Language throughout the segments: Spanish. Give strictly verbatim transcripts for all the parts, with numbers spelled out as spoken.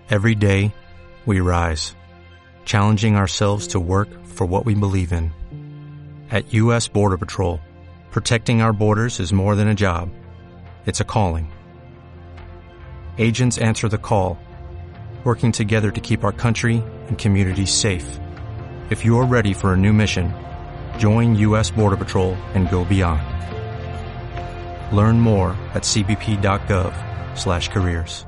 Every day, we rise, challenging ourselves to work for what we believe in. At U S Border Patrol, protecting our borders is more than a job. It's a calling. Agents answer the call, working together to keep our country and communities safe. If you're ready for a new mission, join U S Border Patrol and go beyond. Learn more at c b p dot gov slash careers.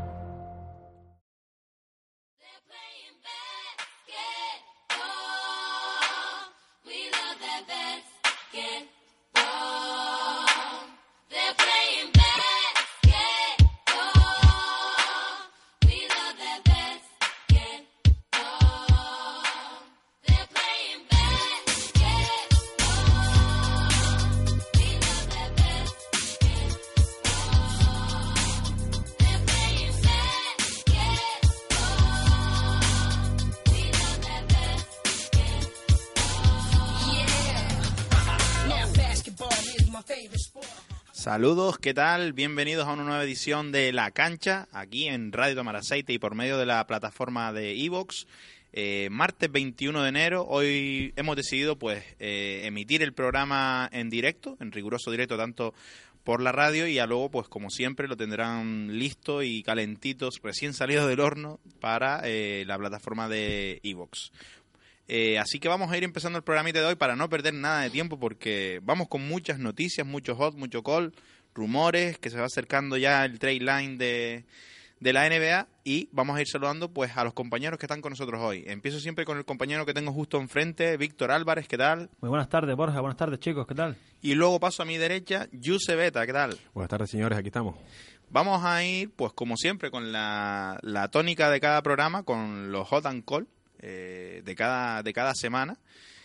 Saludos, ¿qué tal? Bienvenidos a una nueva edición de La Cancha, aquí en Radio Tomar Aceite y por medio de la plataforma de iVoox. Eh, martes veintiuno de enero, hoy hemos decidido pues eh, emitir el programa en directo, en riguroso directo, tanto por la radio y ya luego, pues como siempre, lo tendrán listo y calentitos, recién salidos del horno para eh, la plataforma de iVoox. Eh, así que vamos a ir empezando el programita de hoy para no perder nada de tiempo porque vamos con muchas noticias, mucho hot, mucho call, rumores, que se va acercando ya el trade line de, de la N B A y vamos a ir saludando pues a los compañeros que están con nosotros hoy. Empiezo siempre con el compañero que tengo justo enfrente, Víctor Álvarez, ¿qué tal? Muy buenas tardes, Borja, buenas tardes chicos, ¿qué tal? Y luego paso a mi derecha, Yuse Beta, ¿qué tal? Buenas tardes señores, aquí estamos. Vamos a ir pues como siempre con la, la tónica de cada programa, con los hot and call. Eh, de cada de cada semana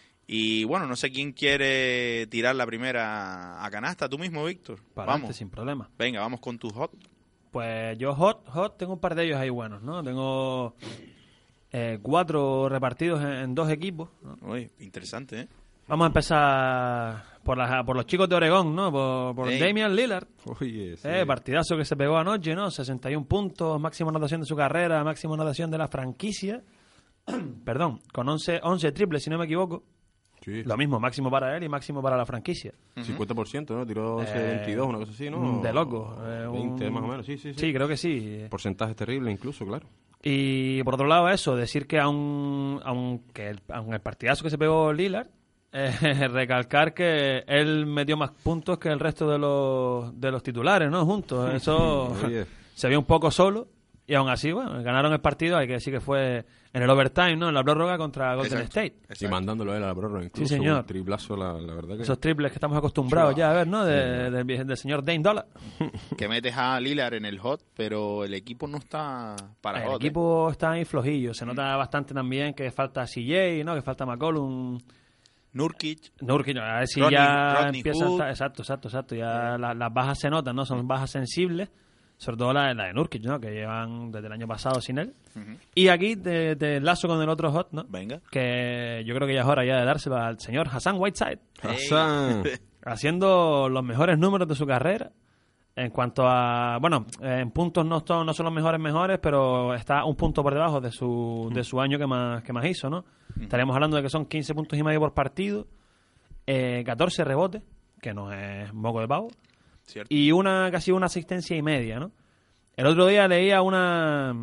y bueno, no sé quién quiere tirar la primera a canasta, tú mismo, Víctor. Para adelante, sin problema. Venga, vamos con tu hot. Pues yo hot, hot, tengo un par de ellos ahí buenos, ¿no? Tengo eh, cuatro repartidos en, en dos equipos, ¿no? Uy, interesante, ¿eh? Vamos a empezar por, las, por los chicos de Oregón, ¿no? Por, por Damian Lillard. Oye, sí. eh, partidazo que se pegó anoche, ¿no? sesenta y un puntos, máxima anotación de su carrera, máxima anotación de la franquicia. Perdón, con once, once triples, si no me equivoco. Sí. Lo mismo, máximo para él y máximo para la franquicia. cincuenta por ciento, ¿no? Tiró once, Eh, veintidós, una cosa así, ¿no? De loco. Eh, veinte un... más o menos, sí, sí, sí. Sí, creo que sí. Porcentajes terribles incluso, claro. Y por otro lado eso, decir que aun, aunque el, aun el partidazo que se pegó Lillard, eh, recalcar que él metió más puntos que el resto de los, de los titulares, ¿no? Juntos. Eso se vio un poco solo. Y aún así, bueno, ganaron el partido, hay que decir que fue en el overtime, ¿no? En la prórroga contra Golden Exacto, State. exacto. Y mandándolo a él a la prórroga incluso. Sí, señor. Un triplazo, la, la verdad que... Esos triples que estamos acostumbrados Chua. ya a ver, ¿no? De, Sí. de- del, del señor Dame Dollar. Que metes a Lillard en el hot, pero el equipo no está para El hot. equipo está ahí flojillo. Se nota bastante también que falta C J, ¿no? Que falta McCollum. ¿eh? Nurkic. Nurkic, a ver si Rodney- ya Rodney empieza a Hood. estar... Exacto, exacto, exacto. Ya la- las bajas se notan, ¿no? Son bajas sensibles. Sobre todo la, la de Nurkic, ¿no? Que llevan desde el año pasado sin él. Uh-huh. Y aquí te, te enlazo con el otro hot, ¿no? Venga. Que yo creo que ya es hora ya de dárselo al señor Hassan Whiteside. Hassan. Haciendo los mejores números de su carrera. En cuanto a... Bueno, en puntos no son, no son los mejores mejores, pero está un punto por debajo de su, de su año que más, que más hizo, ¿no? Uh-huh. Estaríamos hablando de que son quince puntos y medio por partido, eh, catorce rebotes, que no es moco de pavo, Cierto. y una casi una asistencia y media, ¿no? El otro día leía una...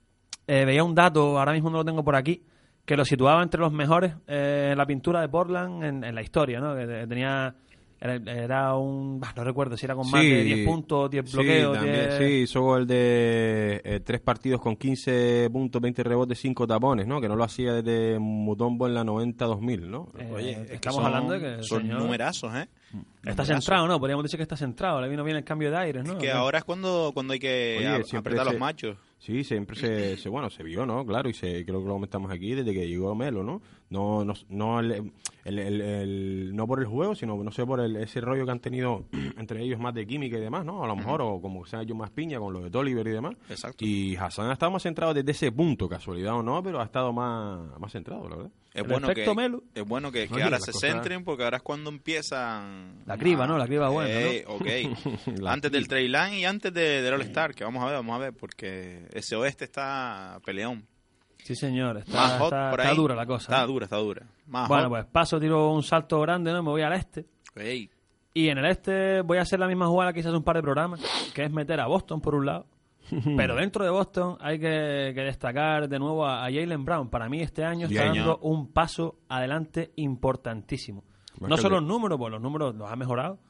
Eh, veía un dato, ahora mismo no lo tengo por aquí, que lo situaba entre los mejores eh, en la pintura de Portland en, en la historia, ¿no? Que te- tenía... Era, era un... bah, no recuerdo si era con más Sí, de diez puntos, diez sí, bloqueos, también, diez... sí, hizo el de eh, tres partidos con quince puntos, veinte rebotes, cinco tapones, ¿no? Que no lo hacía desde Mutombo en la noventa dos mil, ¿no? Eh, Oye, es que estamos son- hablando de que el son señor numerazos, ¿eh? está Numerazos. centrado, ¿no? Podríamos decir que está centrado. Le vino bien el cambio de aires, ¿no? Es que ahora es cuando, cuando hay que Oye, a- siempre apretar se- los machos. Sí, siempre se, se bueno, se vio, ¿no? Claro, y se, creo que lo comentamos aquí desde que llegó Melo, ¿no? No no no el, el, el- el- no por el juego, sino no sé por el, ese rollo que han tenido entre ellos más de química y demás, ¿no? A lo mejor o como que se han hecho más piña con lo de Tolliver y demás. Exacto. Y Hassan ha estado más centrado desde ese punto, casualidad o no, pero ha estado más más centrado, la verdad. Es El bueno, efecto que, Melo. es bueno que, que Oye, ahora las se cosas- centren porque ahora es cuando empiezan... La criba, ¿no? La criba Eh, buena, ¿no? Ok. La Antes del trade line y antes de, del All-Star, que vamos a ver, vamos a ver, porque ese oeste está peleón. Sí, señor. Está, Más hot está, por está ahí. dura la cosa. Está ¿eh? dura, está dura. Más Bueno, hot. pues paso, tiro un salto grande, ¿no? Me voy al este. Ey. Y en el este voy a hacer la misma jugada que hice hace un par de programas, que es meter a Boston por un lado. Pero dentro de Boston hay que, que destacar de nuevo a, a Jaylen Brown. Para mí este año está Sí, dando señor. un paso adelante importantísimo. Más No que solo el los números, pues los números los ha mejorado,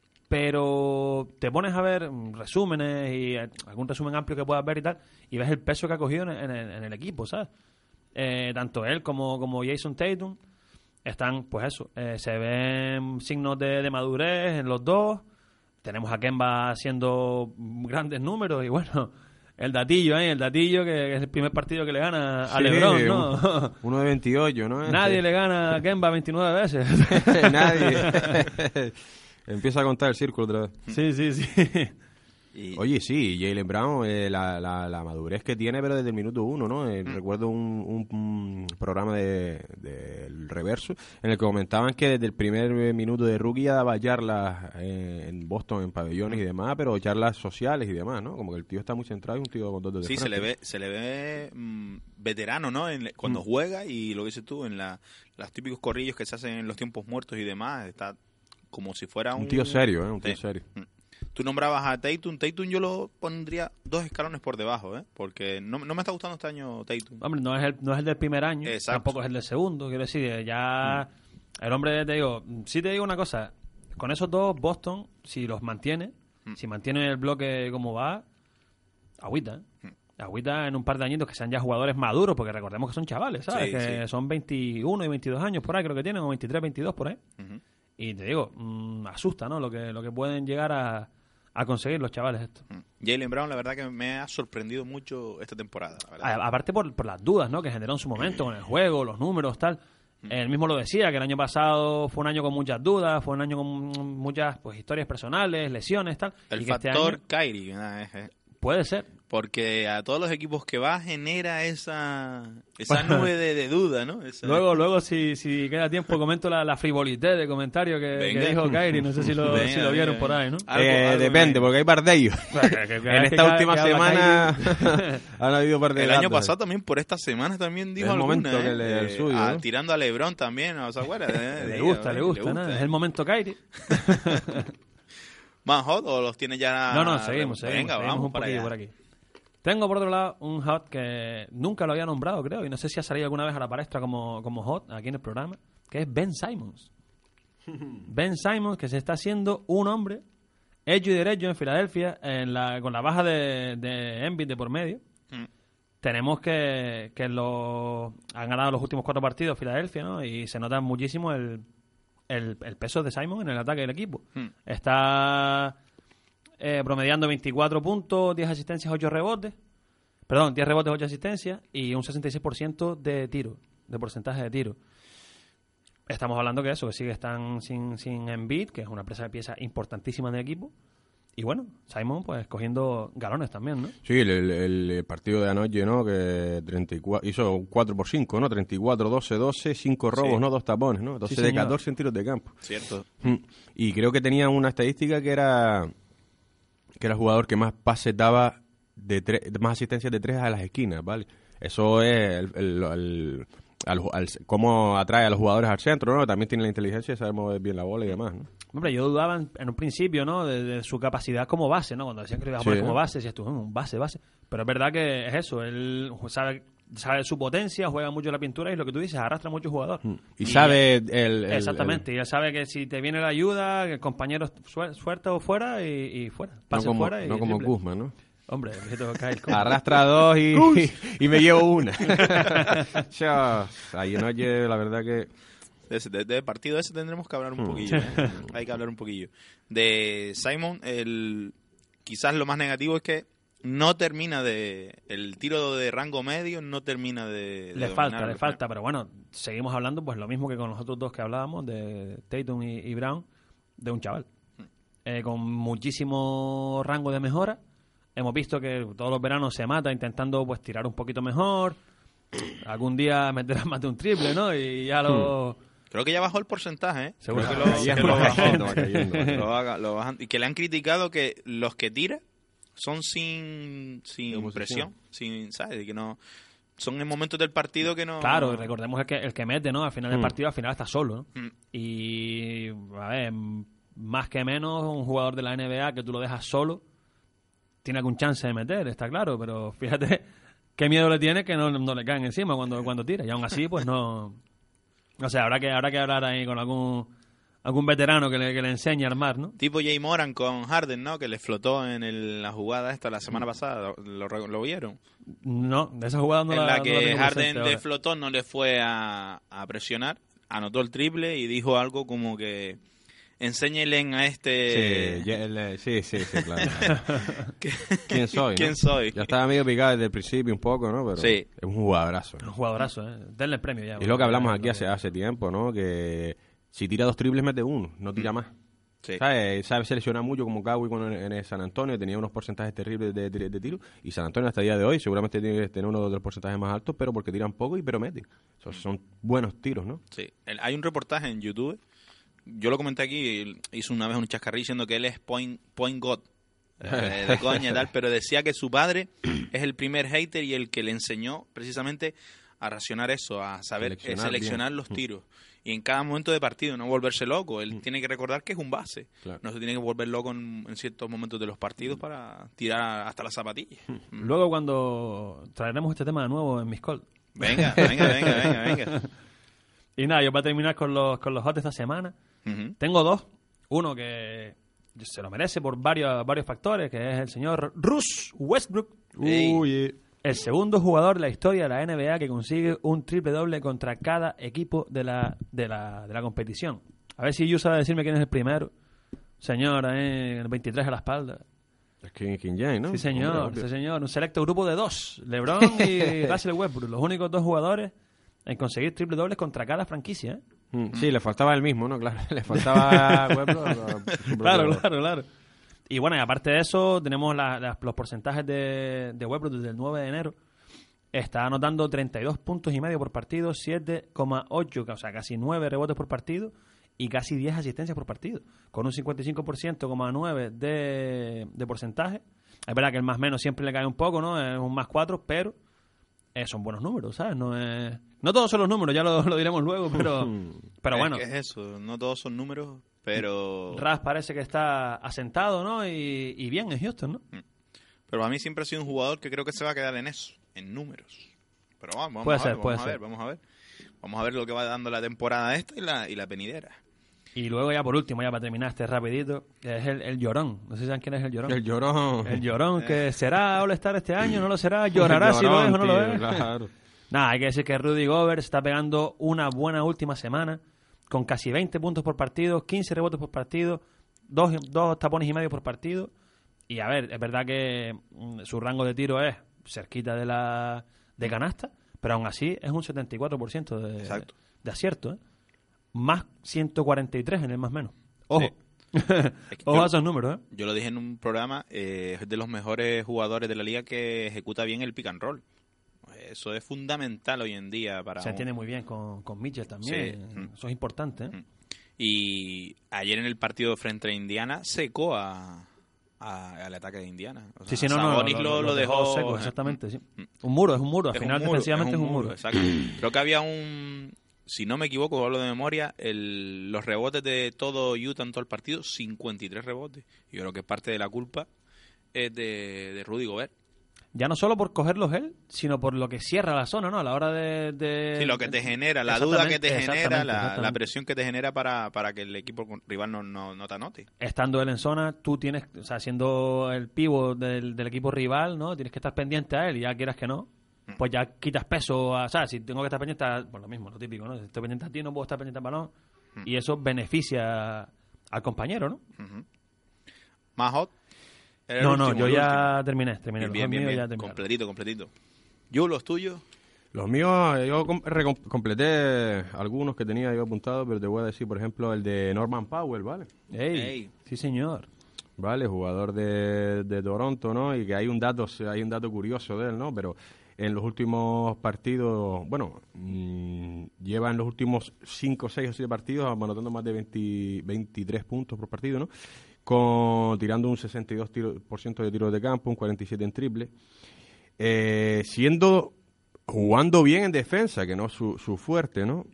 pero te pones a ver mm, resúmenes y eh, algún resumen amplio que puedas ver y tal, y ves el peso que ha cogido en, en el, en el equipo, ¿sabes? Eh, tanto él como, como Jason Tatum están, pues eso, eh, se ven signos de, de madurez en los dos. Tenemos a Kemba haciendo grandes números y bueno, el datillo, ¿eh? El datillo que es el primer partido que le gana a Sí, LeBron, ¿no? un- Uno de veintiocho, ¿no? Nadie le gana a Kemba veintinueve veces. Nadie. Empieza a contar el círculo otra vez. Sí, sí, sí. Y- Oye, sí, Jaylen Brown, eh, la, la, la madurez que tiene, pero desde el minuto uno, ¿no? Eh, Mm. Recuerdo un, un- un programa de, del Reverso en el que comentaban que desde el primer eh, minuto de rookie ya daba charlas eh, en Boston, en pabellones y demás, pero charlas sociales y demás, ¿no? Como que el tío está muy centrado y un tío con dos dedos de Sí, se frente. le ve, se le ve mm, veterano, ¿no? En, cuando Mm. juega y lo que dices tú, en la, los típicos corrillos que se hacen en los tiempos muertos y demás, está como si fuera un... Un tío serio, ¿eh? Un tío Sí. serio. Mm. Tú nombrabas a Tatum. Tatum yo lo pondría dos escalones por debajo, ¿eh? Porque no, no me está gustando este año Tatum. Hombre, no es el, no es el del primer año, Exacto. tampoco es el del segundo, quiero decir, eh, ya el hombre, te digo, sí te digo una cosa, con esos dos, Boston, si los mantiene, Mm. si mantiene el bloque como va, agüita, ¿eh? Agüita en un par de añitos que sean ya jugadores maduros, porque recordemos que son chavales, ¿sabes? Sí, que sí. son veintiuno y veintidós años por ahí, creo que tienen, o veintitrés, veintidós por ahí. Ujú. Y te digo, mm, asusta, ¿no? Lo que, lo que pueden llegar a, a conseguir los chavales estos. Mm. Jaylen Brown, la verdad que me ha sorprendido mucho esta temporada. La verdad. A- aparte por, por las dudas, ¿no? Que generó en su momento con el juego, los números, tal. Él mismo lo decía, que el año pasado fue un año con muchas dudas, fue un año con muchas pues historias personales, lesiones, tal. El y que este factor año Kyrie, ah, es- es- puede ser. porque a todos los equipos que va genera esa esa nube de, de duda, ¿no? Esa- Luego, luego si, si queda tiempo, comento la, la frivolité de comentario que, que Venga. dijo Kyrie. No sé si lo, Venga, si lo vieron venga, por ahí, ¿no? Algo- Eh, algo depende, me- porque hay par de ellos. Que- que- que- En que esta cada- última que habla semana Kyrie. han habido par de El año datos. pasado también, por estas semanas también dijo Es el alguna, momento ¿eh? que le- el Eh, suyo, ah, ¿no? tirando a LeBron también, ¿no? ¿Se acuerdan? Eh, Le diga, gusta, oye, le gusta, ¿no? gusta. Es el momento Kyrie. ¿Más hot o los tiene ya...? No, no, seguimos, seguimos. Venga, seguimos vamos un para poquillo allá. por aquí. Tengo por otro lado un hot que nunca lo había nombrado, creo, y no sé si ha salido alguna vez a la palestra como, como hot aquí en el programa, que es Ben Simmons. Ben Simmons, que se está haciendo un hombre hecho y derecho en Filadelfia, en la, con la baja de, de Embiid de por medio. Mm. Tenemos que, que lo, han ganado los últimos cuatro partidos Filadelfia, ¿no? Y se nota muchísimo el, el, el peso de Simmons en el ataque del equipo. Mm. Está eh, promediando veinticuatro puntos, diez asistencias, ocho rebotes. Perdón, diez rebotes, ocho asistencias y un sesenta y seis por ciento de tiro, de porcentaje de tiro. Estamos hablando que eso, que sigue están sin, sin Embiid, que es una pieza, pieza importantísima en el equipo. Y bueno, Simon pues cogiendo galones también, ¿no? Sí, el, el- el partido de anoche, ¿no? Que treinta y cuatro, hizo cuatro por cinco, ¿no? treinta y cuatro, doce, doce, cinco robos, Sí. ¿no? Dos tapones, ¿no? doce Sí, de señor. catorce en tiros de campo. Cierto. Mm. Y creo que tenía una estadística que era que era el jugador que más pases daba, de tres, más asistencias de tres a las esquinas, ¿vale? Eso es el, el- el- al- al- cómo atrae a los jugadores al centro, ¿no? También tiene la inteligencia de saber mover bien la bola y demás, ¿no? Hombre, yo dudaba en, en un principio, ¿no? De, de su capacidad como base, ¿no? Cuando decían que lo iba a Sí, poner como ¿eh? base, decías tú, "Mm, un base, base". Pero es verdad que es eso, él sabe, sabe su potencia, juega mucho la pintura y lo que tú dices, arrastra mucho jugador. Mm. Y sabe el, el- Exactamente, y él sabe que si te viene la ayuda, que el compañero suer- suerte o fuera y, y fuera. el- no Pase como, fuera y no como triple. Guzmán, ¿no? Hombre, que tengo que caer. ¿cómo? Arrastra dos y, y me llevo una. Yo, ahí anoche, la verdad que... De, ese- de- de partido ese tendremos que hablar un Mm. poquillo. ¿eh? Hay que hablar un poquillo. De Simon, el quizás lo más negativo es que no termina de... El tiro de rango medio no termina de... de Le falta, dominarlo, le ¿no? falta, pero bueno, seguimos hablando pues lo mismo que con los otros dos que hablábamos, de Tatum y, y Brown, de un chaval. Eh, con muchísimo rango de mejora. Hemos visto que todos los veranos se mata intentando pues tirar un poquito mejor. Algún día meterá más de un triple, ¿no? Y ya lo... Creo que ya bajó el porcentaje, ¿eh? Seguro Creo que que lo- lo, va que lo cayendo, bajó. va cayendo. Lo baja- lo bajan. Y que le han criticado que los que tira son sin, sin De presión, sin, ¿sabes? De que no... Son en momentos del partido que no... Claro, recordemos el que, el que mete, ¿no? Al final del Mm. partido, al final está solo, ¿no? Mm. Y, a ver, más que menos, un jugador de la N B A que tú lo dejas solo tiene algún chance de meter, está claro, pero fíjate qué miedo le tiene que no, no le caen encima cuando, cuando tira. Y aún así, pues no... O sea, habrá que, habrá que hablar ahí con algún algún veterano que le, que le enseñe a armar, ¿no? Tipo Jay Moran con Harden, ¿no? Que le flotó en el- la jugada esta la semana pasada. ¿Lo, lo, lo vieron? No, de esa jugada no en la, la no que la tengo Harden presente le ahora. flotó, no le fue a, a presionar. Anotó el triple y dijo algo como que... Enséñenle a este... Sí, ya- el- sí, sí, sí, claro. ¿Quién soy? no? ¿Quién soy? Ya estaba medio picado desde el principio un poco, ¿no? Pero Sí. es un jugadorazo. Un ¿no? jugadorazo, ¿eh? Denle el premio ya. Y es lo que hablamos Eh, aquí hace, hace tiempo, ¿no? Que si tira dos triples mete uno, no tira más. Sí. ¿Sabes? Sabe seleccionar mucho como Kawhi con en el San Antonio, tenía unos porcentajes terribles de, de, de tiro, y San Antonio hasta el día de hoy seguramente tiene que tener uno de los porcentajes más altos, pero porque tiran poco y pero meten. Son, son buenos tiros, ¿no? Sí. El- hay un reportaje en YouTube, yo lo comenté aquí, hizo una vez un chascarrillo diciendo que él es point, point god, eh, de coña y tal, pero decía que su padre es el primer hater y el que le enseñó precisamente a racionar eso, a saber eh, Seleccionar seleccionar, bien. los tiros. Y en cada momento de partido, no volverse loco. Él Mm. tiene que recordar que es un base. Claro. No se tiene que volver loco en, en ciertos momentos de los partidos para tirar hasta las zapatillas. Mm. Luego cuando traeremos este tema de nuevo en Miss Call. Venga, venga, venga, venga, venga. Y nada, yo para terminar con los, con los hot de esta semana, Ujú. tengo dos. Uno que se lo merece por varios, varios factores, que es el señor Russ Westbrook. Ey. Uy, eh. El segundo jugador de la historia de la N B A que consigue un triple doble contra cada equipo de la, de la, de la competición. A ver si Yu sabe decirme quién es el primero. Señor, eh, el veintitrés a la espalda. Es King, King James, ¿no? Sí, señor, Hombre, sí, señor. Un selecto grupo de dos. LeBron y Russell Westbrook. Los únicos dos jugadores en conseguir triple dobles contra cada franquicia. ¿eh? Mm, sí, le faltaba el mismo, ¿no? Claro, le faltaba Westbrook, su Claro, propio- claro, claro. Y bueno, y aparte de eso, tenemos la- la- los porcentajes de, de Westbrook desde el nueve de enero. Está anotando treinta y dos puntos y medio por partido, siete coma ocho, o sea, casi nueve rebotes por partido y casi diez asistencias por partido, con un cincuenta y cinco por ciento, coma nueve de, de porcentaje. Es verdad que el más menos siempre le cae un poco, ¿no? Es un más cuatro, pero eh, son buenos números, ¿sabes? No es... No todos son los números, ya lo, lo diremos luego, pero, pero Es bueno. que es eso, no todos son números, pero... Ras parece que está asentado, ¿no? Y, y bien en Houston, ¿no? Pero a mí siempre ha sido un jugador que creo que se va a quedar en eso, en números. Pero vamos, vamos Puede a ser, ver, puede vamos a ser. ver, vamos a ver. Vamos a ver lo que va dando la temporada esta y la, y la venidera. Y luego ya por último, ya para terminar este rapidito, que es el, el Llorón. No sé si saben quién es el Llorón. El llorón. El Llorón, que será All-Star este año, no lo será, llorará si lo Llorón, es o no lo tío, es. Claro. Nada, hay que decir que Rudy Gobert se está pegando una buena última semana, con casi veinte puntos por partido, quince rebotes por partido, dos, dos tapones y medio por partido. Y a ver, es verdad que mm, su rango de tiro es cerquita de la de canasta, pero aún así es un setenta y cuatro por ciento de, Exacto. de acierto, ¿eh? Más ciento cuarenta y tres en el más menos. Ojo. Es que Ojo yo- a esos números, ¿eh? Yo lo dije en un programa, eh, es de los mejores jugadores de la liga que ejecuta bien el pick and roll. Eso es fundamental hoy en día para... Se un- entiende muy bien con, con Mitchell también. Sí. Eso es importante, ¿eh? Mm. Y ayer en el partido frente a Indiana secó a, a- al ataque de Indiana. O Sí, sea, sí, no, no. Sabonis lo, lo dejó seco, exactamente, sí. Mm. Un muro, es un muro. Al Es final, un muro, defensivamente es un muro. Exacto. Creo que había un, si no me equivoco, hablo de memoria, el, los rebotes de todo Utah en todo el partido, cincuenta y tres rebotes. Y yo creo que parte de la culpa es de, de Rudy Gobert. Ya no solo por cogerlos él, sino por lo que cierra la zona, ¿no? A la hora de... de- Sí, lo que te genera, la duda que te Exactamente, genera, exactamente, la, la exactamente. presión que te genera para, para que el equipo rival no, no, no te anote. Estando él en zona, tú tienes, o sea, siendo el pívot del, del equipo rival, ¿no? Tienes que estar pendiente a él y ya quieras que no, pues ya quitas peso, a, o sea, si tengo que estar pendiente a, pues lo mismo, lo típico, ¿no? Si estoy pendiente a ti, no puedo estar pendiente al balón y eso beneficia al compañero, ¿no? Ujú. Más hot. Era el No, no, último, yo el ya último. terminé, terminé. Bien, bien, Los bien, míos bien. ya terminaron. Completito, completito. Yo, los tuyos. Los míos, yo com- recom- completé algunos que tenía yo apuntados, pero te voy a decir, por ejemplo, el de Norman Powell, ¿vale? Ey, Ey. sí, señor. Vale, jugador de, de Toronto, ¿no? Y que hay un dato, hay un dato curioso de él, ¿no? Pero en los últimos partidos, bueno, mmm, lleva en los últimos cinco, seis o siete partidos anotando más de veinte, veintitrés puntos por partido, ¿no? con tirando un sesenta y dos por ciento de tiros de campo, un cuarenta y siete en triple, eh, siendo jugando bien en defensa, que no es su, su fuerte, ¿no?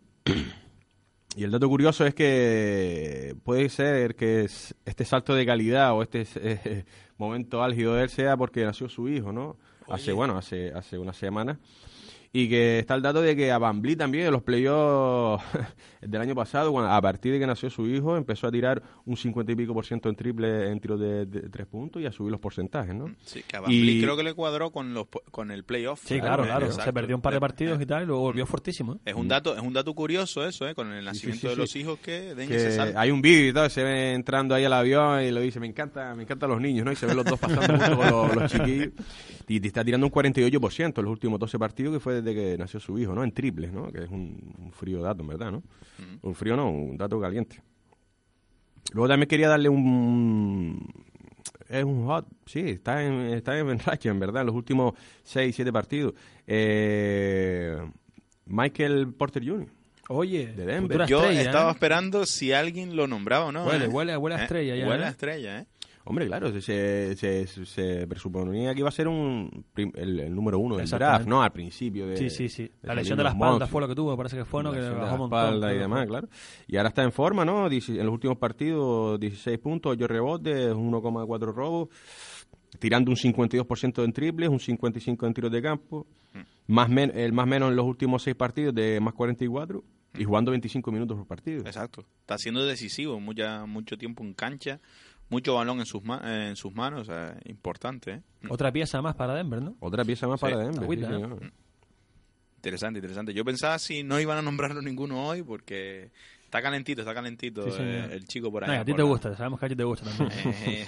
Y el dato curioso es que puede ser que este salto de calidad o este eh, momento álgido de él sea porque nació su hijo, ¿no? Oye. Hace, bueno, hace, hace una semana. Y que está el dato de que a Van Vliet también, en los playoffs del año pasado, cuando, a partir de que nació su hijo, empezó a tirar un cincuenta y pico por ciento en triple en tiros de, de, de tres puntos y a subir los porcentajes, ¿no? Sí, que a Van Vliet creo que le cuadró con los con el playoff. Sí, claro, claro. Exacto. Se perdió un par de partidos y tal y luego volvió fortísimo. ¿eh? Es un dato es un dato curioso eso, ¿eh? Con el nacimiento sí, sí, sí, de los sí. hijos que den que ese salto. Hay un vídeo y tal, se ve entrando ahí al avión y lo dice, me encanta me encantan los niños, ¿no? Y se ven los dos pasando junto con los, los chiquillos. Y, y está tirando un cuarenta y ocho por ciento en los últimos doce partidos, que fue desde que nació su hijo, ¿no? En triples, ¿no? Que es un, un frío dato, en verdad, ¿no? Uh-huh. Un frío no, un dato caliente. Luego también quería darle un... Es un hot, sí, está en, está en racha, en verdad, en los últimos seis, siete partidos. Eh, Michael Porter junior Oye, de Denver. Yo estrella, estaba ¿eh? esperando si alguien lo nombraba o no. Huele, ¿eh? huele, huele a estrella ¿Eh? ya. Huele ¿eh? a estrella, ¿eh? Hombre, claro, se, se, se presuponía que iba a ser un el, el número uno del draft, ¿no? Al principio de... Sí, sí, sí. De la lesión de la espalda monstruos. Fue lo que tuvo, parece que fue, ¿no? La que lesión bajó de la un montón. espalda y demás, claro. Y ahora está en forma, ¿no? En los últimos partidos, dieciséis puntos, ocho rebotes, uno coma cuatro robos, tirando un cincuenta y dos por ciento en triples, un cincuenta y cinco por ciento en tiros de campo, mm. más men el más menos en los últimos seis partidos de más cuarenta y cuatro, mm. y jugando veinticinco minutos por partido. Exacto. Está siendo decisivo, mucha, mucho tiempo en cancha. Mucho balón en sus, ma en sus manos, o sea, importante. ¿eh? Otra pieza más para Denver, ¿no? Otra pieza más sí, para Denver. Agüita, sí, ¿eh? Interesante, interesante. Yo pensaba si no iban a nombrarlo ninguno hoy porque está calentito, está calentito sí, eh, el chico por ahí. No, a ti te la... gusta, sabemos que a ti te gusta también. Eh,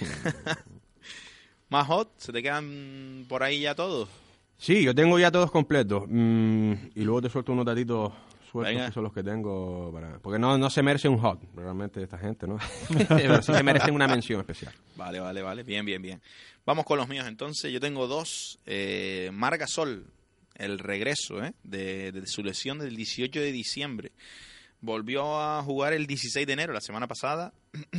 ¿Más hot? ¿Se te quedan por ahí ya todos? Sí, yo tengo ya todos completos. Mm, y luego te suelto unos datitos sueltos Venga. que son los que tengo para... Porque no, no se merece un hot, realmente, esta gente, ¿no? Pero sí se merecen una mención especial. Vale, vale, vale. Bien, bien, bien. Vamos con los míos, entonces. Yo tengo dos. Eh, Marc Gasol, el regreso ¿eh? de, de su lesión del dieciocho de diciembre. Volvió a jugar el dieciséis de enero, la semana pasada.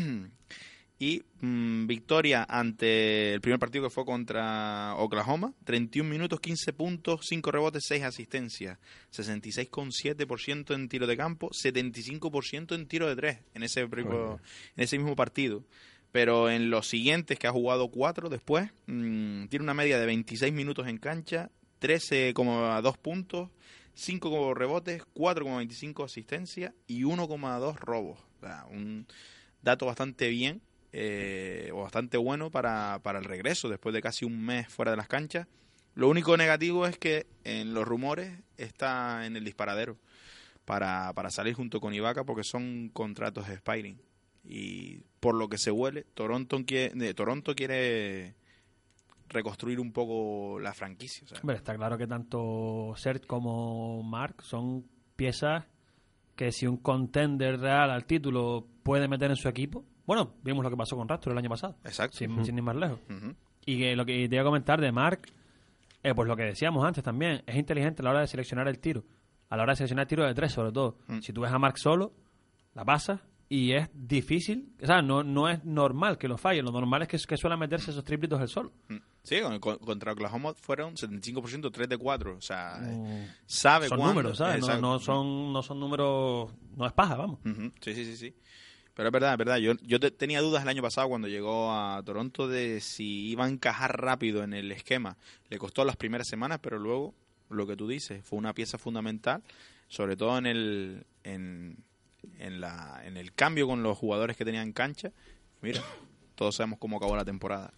Y mmm, victoria ante el primer partido que fue contra Oklahoma, treinta y un minutos, quince puntos, cinco rebotes, seis asistencias, sesenta y seis coma siete por ciento en tiro de campo, setenta y cinco por ciento en tiro de tres en ese, primo, en ese mismo partido. Pero en los siguientes, que ha jugado cuatro después, mmm, tiene una media de veintiséis minutos en cancha, trece coma dos puntos, cinco coma rebotes, cuatro coma veinticinco asistencias y uno coma dos robos. O sea, un dato bastante bien. Eh, o bastante bueno para, para el regreso después de casi un mes fuera de las canchas. Lo único negativo es que en los rumores está en el disparadero para, para salir junto con Ibaka porque son contratos de expiring y por lo que se huele Toronto quiere, Toronto quiere reconstruir un poco la franquicia. O sea. Hombre, está claro que tanto Serge como Marc son piezas que si un contender real al título puede meter en su equipo. Bueno, vimos lo que pasó con Raptor el año pasado. Exacto. Sin, uh-huh. sin ir más lejos. Uh-huh. Y que lo que te iba a comentar de Marc, eh, pues lo que decíamos antes también, es inteligente a la hora de seleccionar el tiro. A la hora de seleccionar el tiro de tres, sobre todo. Uh-huh. Si tú ves a Marc solo, la pasas y es difícil. O sea, no, no es normal que lo falle. Lo normal es que, que suele meterse esos triplitos él solo. Uh-huh. Sí, con, contra Oklahoma fueron setenta y cinco por ciento, tres de cuatro. O sea, uh, sabe son cuándo. números, ¿sabes? No, no, son, no son números... No es paja, vamos. Uh-huh. Sí, sí, sí, sí. Pero es verdad, es verdad. Yo, yo te, tenía dudas el año pasado cuando llegó a Toronto de si iba a encajar rápido en el esquema. Le costó las primeras semanas, pero luego, lo que tú dices, fue una pieza fundamental, sobre todo en el en, en, la, en el cambio con los jugadores que tenían en cancha. Mira, todos sabemos cómo acabó la temporada.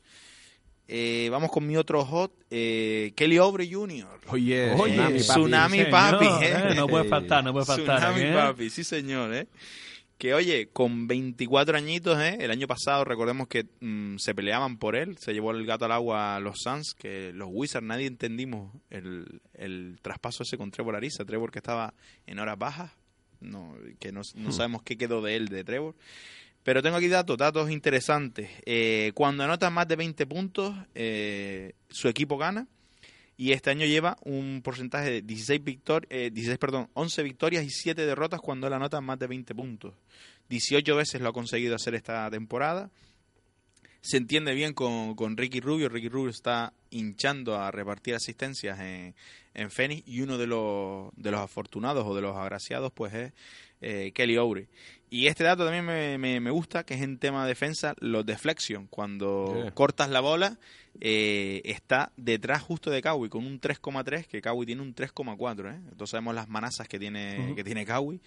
Eh, vamos con mi otro hot, eh, Kelly Oubre junior Oye, Oye Tsunami, Tsunami Papi. Señor, ¿eh? eh, no puede faltar, no puede faltar. Tsunami ¿eh? Papi, sí señor, ¿eh? Que oye, con veinticuatro añitos, ¿eh? El año pasado recordemos que mmm, se peleaban por él, se llevó el gato al agua a los Suns, que los Wizards nadie entendimos el, el traspaso ese con Trevor Ariza, Trevor que estaba en horas bajas, no, que no, no sabemos qué quedó de él, de Trevor. Pero tengo aquí datos, datos interesantes. Eh, cuando anota más de veinte puntos, eh, su equipo gana. Y este año lleva un porcentaje de dieciséis victorias, eh, dieciséis, perdón, once victorias y siete derrotas cuando él anota más de veinte puntos. dieciocho veces lo ha conseguido hacer esta temporada. se entiende bien con, con Ricky Rubio. Ricky Rubio está hinchando a repartir asistencias en, en Phoenix, y uno de los, de los afortunados o de los agraciados pues es eh, Kelly Oubre. Y este dato también me, me, me gusta, que es en tema de defensa, los deflection. Cuando Sí. cortas la bola, eh, está detrás justo de Kawhi con un tres coma tres, que Kawhi tiene un tres coma cuatro. ¿eh? Entonces sabemos las manazas que tiene, Uh-huh. que tiene Kawhi.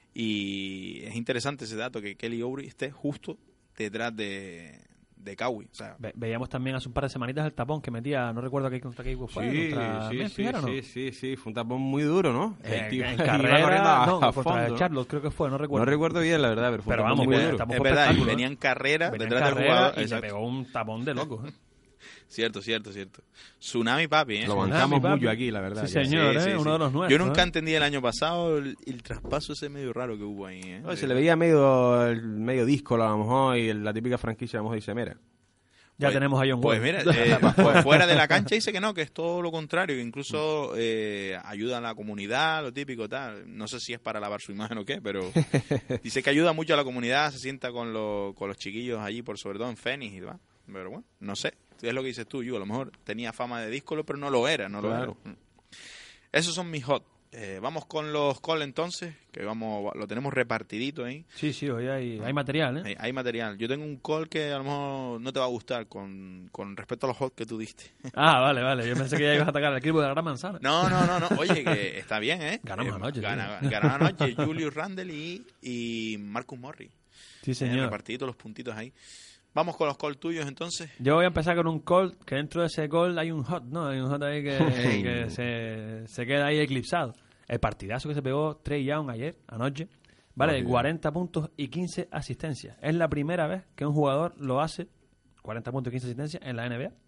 Y es interesante ese dato, que Kelly Oubre esté justo detrás de, de Kawhi. O sea, Ve- veíamos también hace un par de semanitas el tapón que metía, no recuerdo qué contra qué fue, Sí, contra sí, Memphis, sí, ¿era o no? sí, sí, sí, fue un tapón muy duro, ¿no? Eh, El tío en iba carrera, corriendo a- no, a contra fondo, Charlotte creo que fue, no recuerdo. No recuerdo bien, la verdad, pero fue Pero un tapón vamos, muy que duro. tampoco es verdad, y espectáculo, ¿eh? venía en carrera Venía en detrás del carrera jugador. y le Exacto. pegó un tapón de loco. ¿eh? Cierto, cierto, cierto. Tsunami, papi, ¿eh? Lo Tsunami, bancamos papi. mucho aquí, la verdad. Sí, que- señor, Sí, ¿eh? sí, Uno sí. de los nuestros. Yo nunca ¿eh? entendí el año pasado el, el traspaso ese medio raro que hubo ahí. ¿eh? No, se le veía medio, el medio disco a lo mejor, y la típica franquicia a lo mejor dice, mira, Ya Pues- tenemos a John Pues Wall. mira, eh, pues fuera de la cancha dice que no, que es todo lo contrario, que incluso eh, ayuda a la comunidad, lo típico, tal. No sé si es para lavar su imagen o qué, pero dice que ayuda mucho a la comunidad, se sienta con, los con los chiquillos allí, por sobre todo en Phoenix y demás. Pero bueno, no sé, es lo que dices tú, yo a lo mejor tenía fama de díscolo, pero no lo era, no Claro. lo era. Esos son mis hot. Eh, vamos con los call entonces, que vamos lo tenemos repartidito ahí. Sí, sí, hoy hay, hay material, ¿eh? Hay, hay material. Yo tengo un call que a lo mejor no te va a gustar con, con respecto a los hot que tú diste. Ah, vale, vale. Yo pensé que ya ibas a atacar al equipo de la Gran Manzana. No, no, no, no. Oye, que está bien, ¿eh? Ganamos Eh, anoche, Gana, tío. ganaron anoche Julius Randle y, y Marcus Morris. Sí, Eh, señor. repartiditos los puntitos ahí. Vamos con los call tuyos entonces. Yo voy a empezar con un call, que dentro de ese call hay un hot, ¿no? Hay un hot ahí que, que se, se queda ahí eclipsado. El partidazo que se pegó Trae Young ayer, anoche, vale, de Partidazo. cuarenta puntos y quince asistencias. Es la primera vez que un jugador lo hace, cuarenta puntos y quince asistencias, en la N B A.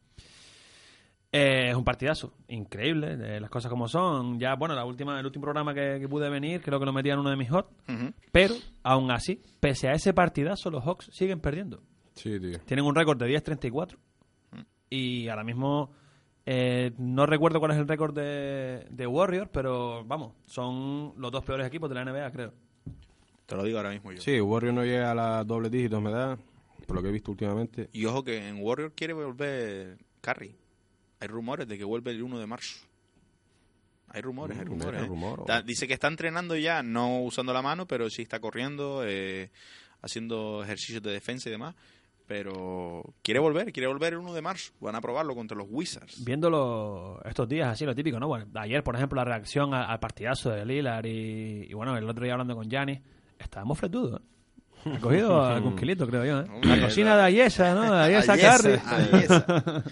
Eh, es un partidazo, increíble, eh, las cosas como son. Ya, bueno, la última, el último programa que, que pude venir, creo que lo metía en uno de mis hot. Ujú. Pero, aún así, pese a ese partidazo, los Hawks siguen perdiendo. sí, tío. Tienen un récord de diez treinta y cuatro. Y ahora mismo eh, no recuerdo cuál es el récord de, de Warriors, pero vamos, son los dos peores equipos de la N B A, creo. Te lo digo ahora mismo yo. Sí, Warrior no llega a las doble dígitos, me da, por lo que he visto últimamente. Y ojo que en Warrior quiere volver Curry. Hay rumores de que vuelve el uno de marzo. Hay rumores, hay Mm, rumores. hay ¿eh? rumor, Está- o- dice que está entrenando ya, no usando la mano, pero sí está corriendo, eh, haciendo ejercicios de defensa y demás. Pero quiere volver, quiere volver el uno de marzo. Van a probarlo contra los Wizards. Viéndolo estos días, así lo típico, ¿no? Bueno, ayer, por ejemplo, la reacción a- al partidazo de Lillard y, y, bueno, el otro día hablando con Giannis, estábamos fletudos, ¿eh? Ha cogido algún kilito, creo yo, ¿eh? Hombre, La cocina la- de Ayesa, ¿no? De Ayesa Ayesa, Curry. Ayesa.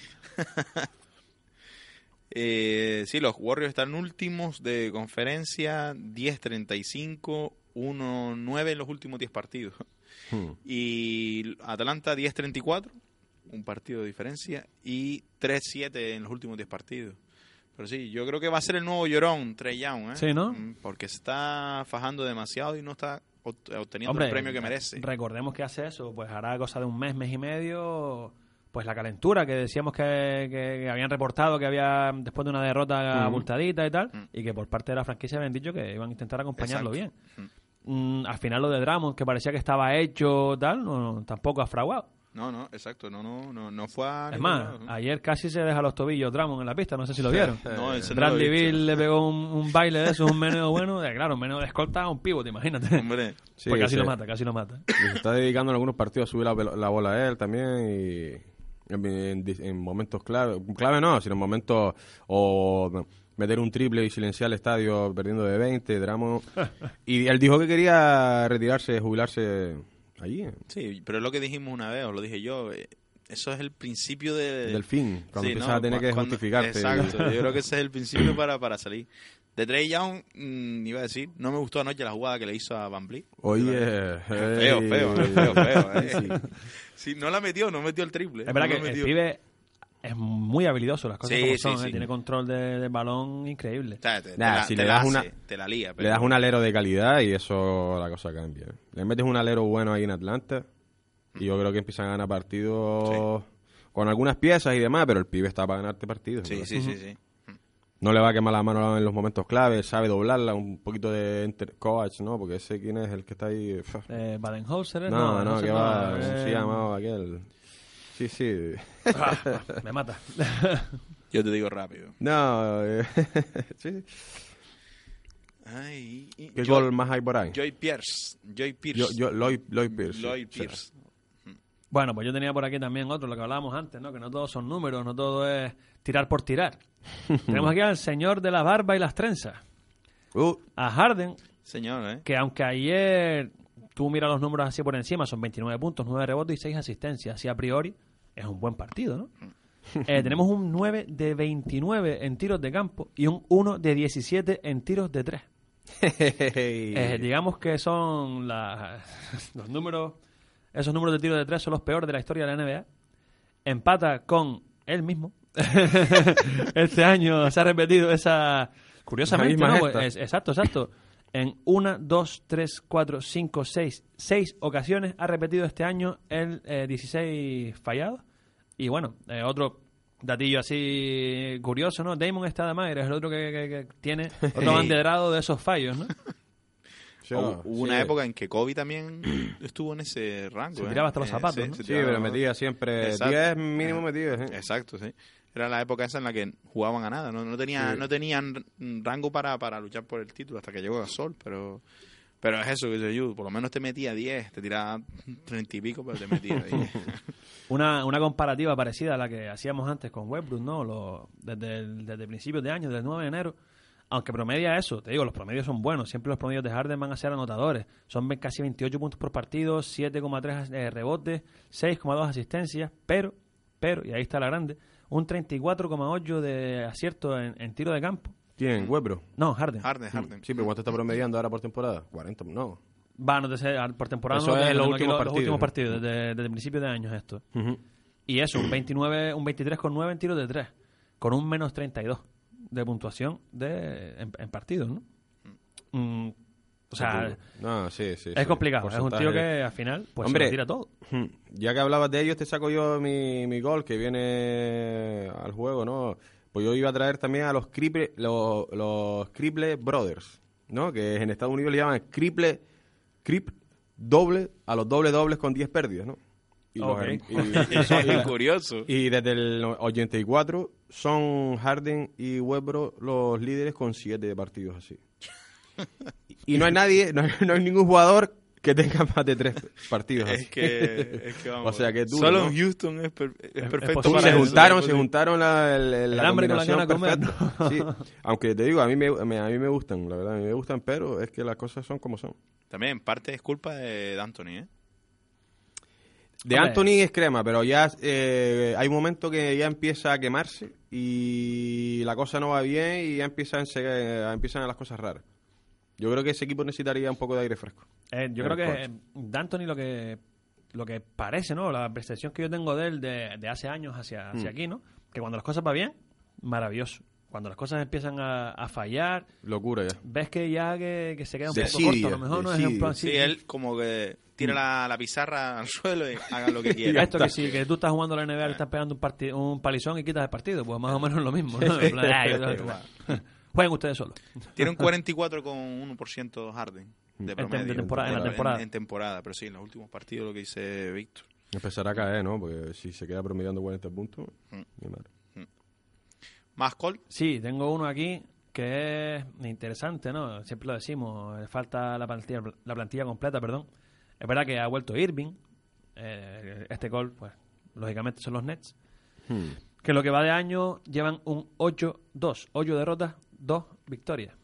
Eh, sí, los Warriors están últimos de conferencia, diez treinta y cinco, uno nueve en los últimos diez partidos. Hmm. Y Atlanta diez treinta y cuatro, un partido de diferencia, y tres siete en los últimos diez partidos. Pero sí, yo creo que va a ser el nuevo llorón, Trae Young, ¿eh? Sí, ¿no? Mm, porque se está fajando demasiado y no está ot- obteniendo Hombre, el premio que merece. Recordemos que hace eso, pues hará cosa de un mes, mes y medio, pues la calentura que decíamos que, que- que habían reportado que había después de una derrota Ujú. abultadita y tal, Mm. y que por parte de la franquicia habían dicho que iban a intentar acompañarlo Exacto. bien. Mm, al final lo de Drummond, que parecía que estaba hecho tal, no, no, tampoco ha fraguado. No, no, exacto, no, no, no, no fue a Es ningún más, lado, ¿no? ayer casi se deja los tobillos Drummond en la pista, no sé si lo vieron. No, ese no lo he Bradley visto. Beal le pegó un, un baile de eso, un meneo bueno, de, claro, un meneo de escolta a un pivote, imagínate. Hombre, Sí, pues casi sí. lo mata, casi lo mata. Y se está dedicando en algunos partidos a subir la, pelo- la bola a él también y en, en- en momentos clave, clave no, sino en momentos o meter un triple y silenciar el estadio perdiendo de veinte, Drummond. Y él dijo que quería retirarse, jubilarse allí, eh, sí, pero es lo que dijimos una vez, os lo dije yo, eh, eso es el principio de... del fin, cuando Sí, empiezas ¿no? a tener Cu- que cuando- justificarte. Exacto, yo creo que ese es el principio para, para salir. De Trae Young, mm, iba a decir, no me gustó anoche la jugada que le hizo a Van Vliet. Oye, Feo, ey. feo, eh, feo, feo. eh. Sí. Sí, no la metió, no metió el triple. Es verdad no que lo el metió. pibe es muy habilidoso, las cosas Sí, como sí, son, sí. ¿eh? Tiene control de- del balón increíble. O sea, te, te Nah, la, si te le la das hace, una- te la lía. Le Pero... das un alero de calidad y eso la cosa cambia. Le metes un alero bueno ahí en Atlanta y yo creo que empiezan a ganar partidos con algunas piezas y demás, pero el pibe está para ganarte partidos. Sí, ¿no? sí, sí, sí. No le va a quemar la mano en los momentos claves, sabe doblarla, un poquito de intercoach, ¿no? Porque ese quién es el que está ahí. Eh, Baden-Holzer, No, no, sé, que va, eh, ¿cómo se llama aquel? Sí, sí. Ah, me mata. Yo te digo rápido. No, eh, sí. Ay, y- ¿Qué Joy- gol más hay por ahí? Joy Pierce. Joy Pierce. Yo, yo, Lloyd, Lloyd Pierce. sí. Lloyd Sí. Pierce. Bueno, pues yo tenía por aquí también otro, lo que hablábamos antes, ¿no? Que no todos son números, no todo es tirar por tirar. Tenemos aquí al señor de la barba y las trenzas, Uh, a Harden, Señor, ¿eh? que aunque ayer tú miras los números así por encima, son veintinueve puntos, nueve rebotes y seis asistencias. Así a priori es un buen partido, ¿no? Eh, tenemos un nueve de veintinueve en tiros de campo y un uno de diecisiete en tiros de tres. Eh, digamos que son la- los números, esos números de tiros de tres son los peores de la historia de la N B A. Empata con él mismo. Este año se ha repetido esa... Curiosamente, La misma ¿no? Pues, gesta. es- exacto, exacto. En una, dos, tres, cuatro, cinco, seis, seis ocasiones ha repetido este año el eh, dieciséis fallado. Y bueno, eh, otro datillo así curioso, ¿no? Damon Stoudemire es el otro que, que- que tiene otro abanderado de esos fallos, ¿no? Sí, Hubo hubo una sí. época en que Kobe también estuvo en ese rango. Se ¿eh? tiraba hasta los Eh, zapatos, sí, ¿no? se Sí, tiraba pero los- metía siempre Exacto. diez mínimo metidos. ¿eh? Exacto, sí. Era la época esa en la que jugaban a nada. No, no, tenía, Sí. no tenían rango para, para luchar por el título hasta que llegó Gasol, pero... Pero es eso que dice yo, por lo menos te metía diez, te tiraba treinta y pico, pero te metía diez. Una, una comparativa parecida a la que hacíamos antes con Westbrook, ¿no? Lo- desde, el, desde principios de año, desde el nueve de enero. Aunque promedia eso, te digo, los promedios son buenos. Siempre los promedios de Harden van a ser anotadores. Son ve- casi veintiocho puntos por partido, siete coma tres eh, rebotes, seis coma dos asistencias, pero, pero, y ahí está la grande, un treinta y cuatro coma ocho de acierto en, en tiro de campo. ¿Quién? ¿Westbrook? No, Harden. Harden, Harden. Sí, pero ¿cuánto está promediando ahora por temporada? cuarenta, no. Va, no te sé, por temporada Eso no lo es tengo, los tengo aquí últimos los partidos, últimos ¿no? partidos, desde, desde el principio de años esto. Ujú. Y eso, un veintinueve, un veintitrés coma nueve en tiros de tres, con un menos treinta y dos de puntuación de, en, en partidos, ¿no? Mm, o sea, No, sí, sí. es sí. complicado. Es un tío Porcentaje. que al final pues Hombre. se lo tira todo. Hmm. Ya que hablabas de ellos, te saco yo mi, mi gol que viene al juego, ¿no? Pues yo iba a traer también a los Criple, los, los Criple Brothers, ¿no? Que en Estados Unidos le llaman Criple, Crip doble, a los doble dobles con diez pérdidas, ¿no? Y, los- Ok. y- y son- Es curioso. y desde el ochenta y cuatro son Harden y Westbrook los líderes con siete partidos así. Y no hay nadie, no hay, no hay ningún jugador que tenga más de tres partidos así. Es que, es que vamos. O sea, que es duro, Solo ¿no? en Houston es, per- es perfecto posible. para se eso. juntaron, se juntaron la, el- el- la El hambre con la combinación gana de comer, perfecta. Sí. Aunque te digo, a mí me, me- a mí me gustan, la verdad, a mí me gustan, pero es que las cosas son como son. También en parte es culpa de D'Antoni, ¿eh? De Hombre. Anthony es crema, pero ya eh, hay un momento que ya empieza a quemarse y la cosa no va bien y ya empiezan, se, empiezan las cosas raras. Yo creo que ese equipo necesitaría un poco de aire fresco. Eh, yo El creo que coach. eh, D'Antoni lo que lo que parece, ¿no? La percepción que yo tengo de él de, de hace años hacia, hacia Mm. aquí, ¿no? Que cuando las cosas van bien, maravilloso. Cuando las cosas empiezan a, a fallar, Locura ya. ves que ya que, que se queda un poco Desidia, corto. A lo mejor no es en plan Sí, sí, él como que tira la, la pizarra al suelo y haga lo que quiera. esto que si que tú estás jugando la N B A, le estás pegando un, parti- un palizón y quitas el partido, pues más o menos lo mismo, ¿no? En plan, "Ah, yo- jueguen ustedes solos. Tiene un cuarenta y cuatro coma uno por ciento Harden de En tem- promedio. de temporada- en la temporada. En, en temporada, pero sí, en los últimos partidos lo que dice Víctor. Empezará a caer, ¿no? Porque si se queda promediando cuarenta puntos, Mm. mi madre. ¿Más Col? Sí, tengo uno aquí que es interesante, ¿no? Siempre lo decimos, le falta la plantilla, la plantilla completa, perdón. Es verdad que ha vuelto Irving, eh, este gol, pues, lógicamente son los Nets, Hmm. que lo que va de año llevan un ocho dos, ocho derrotas, dos victorias.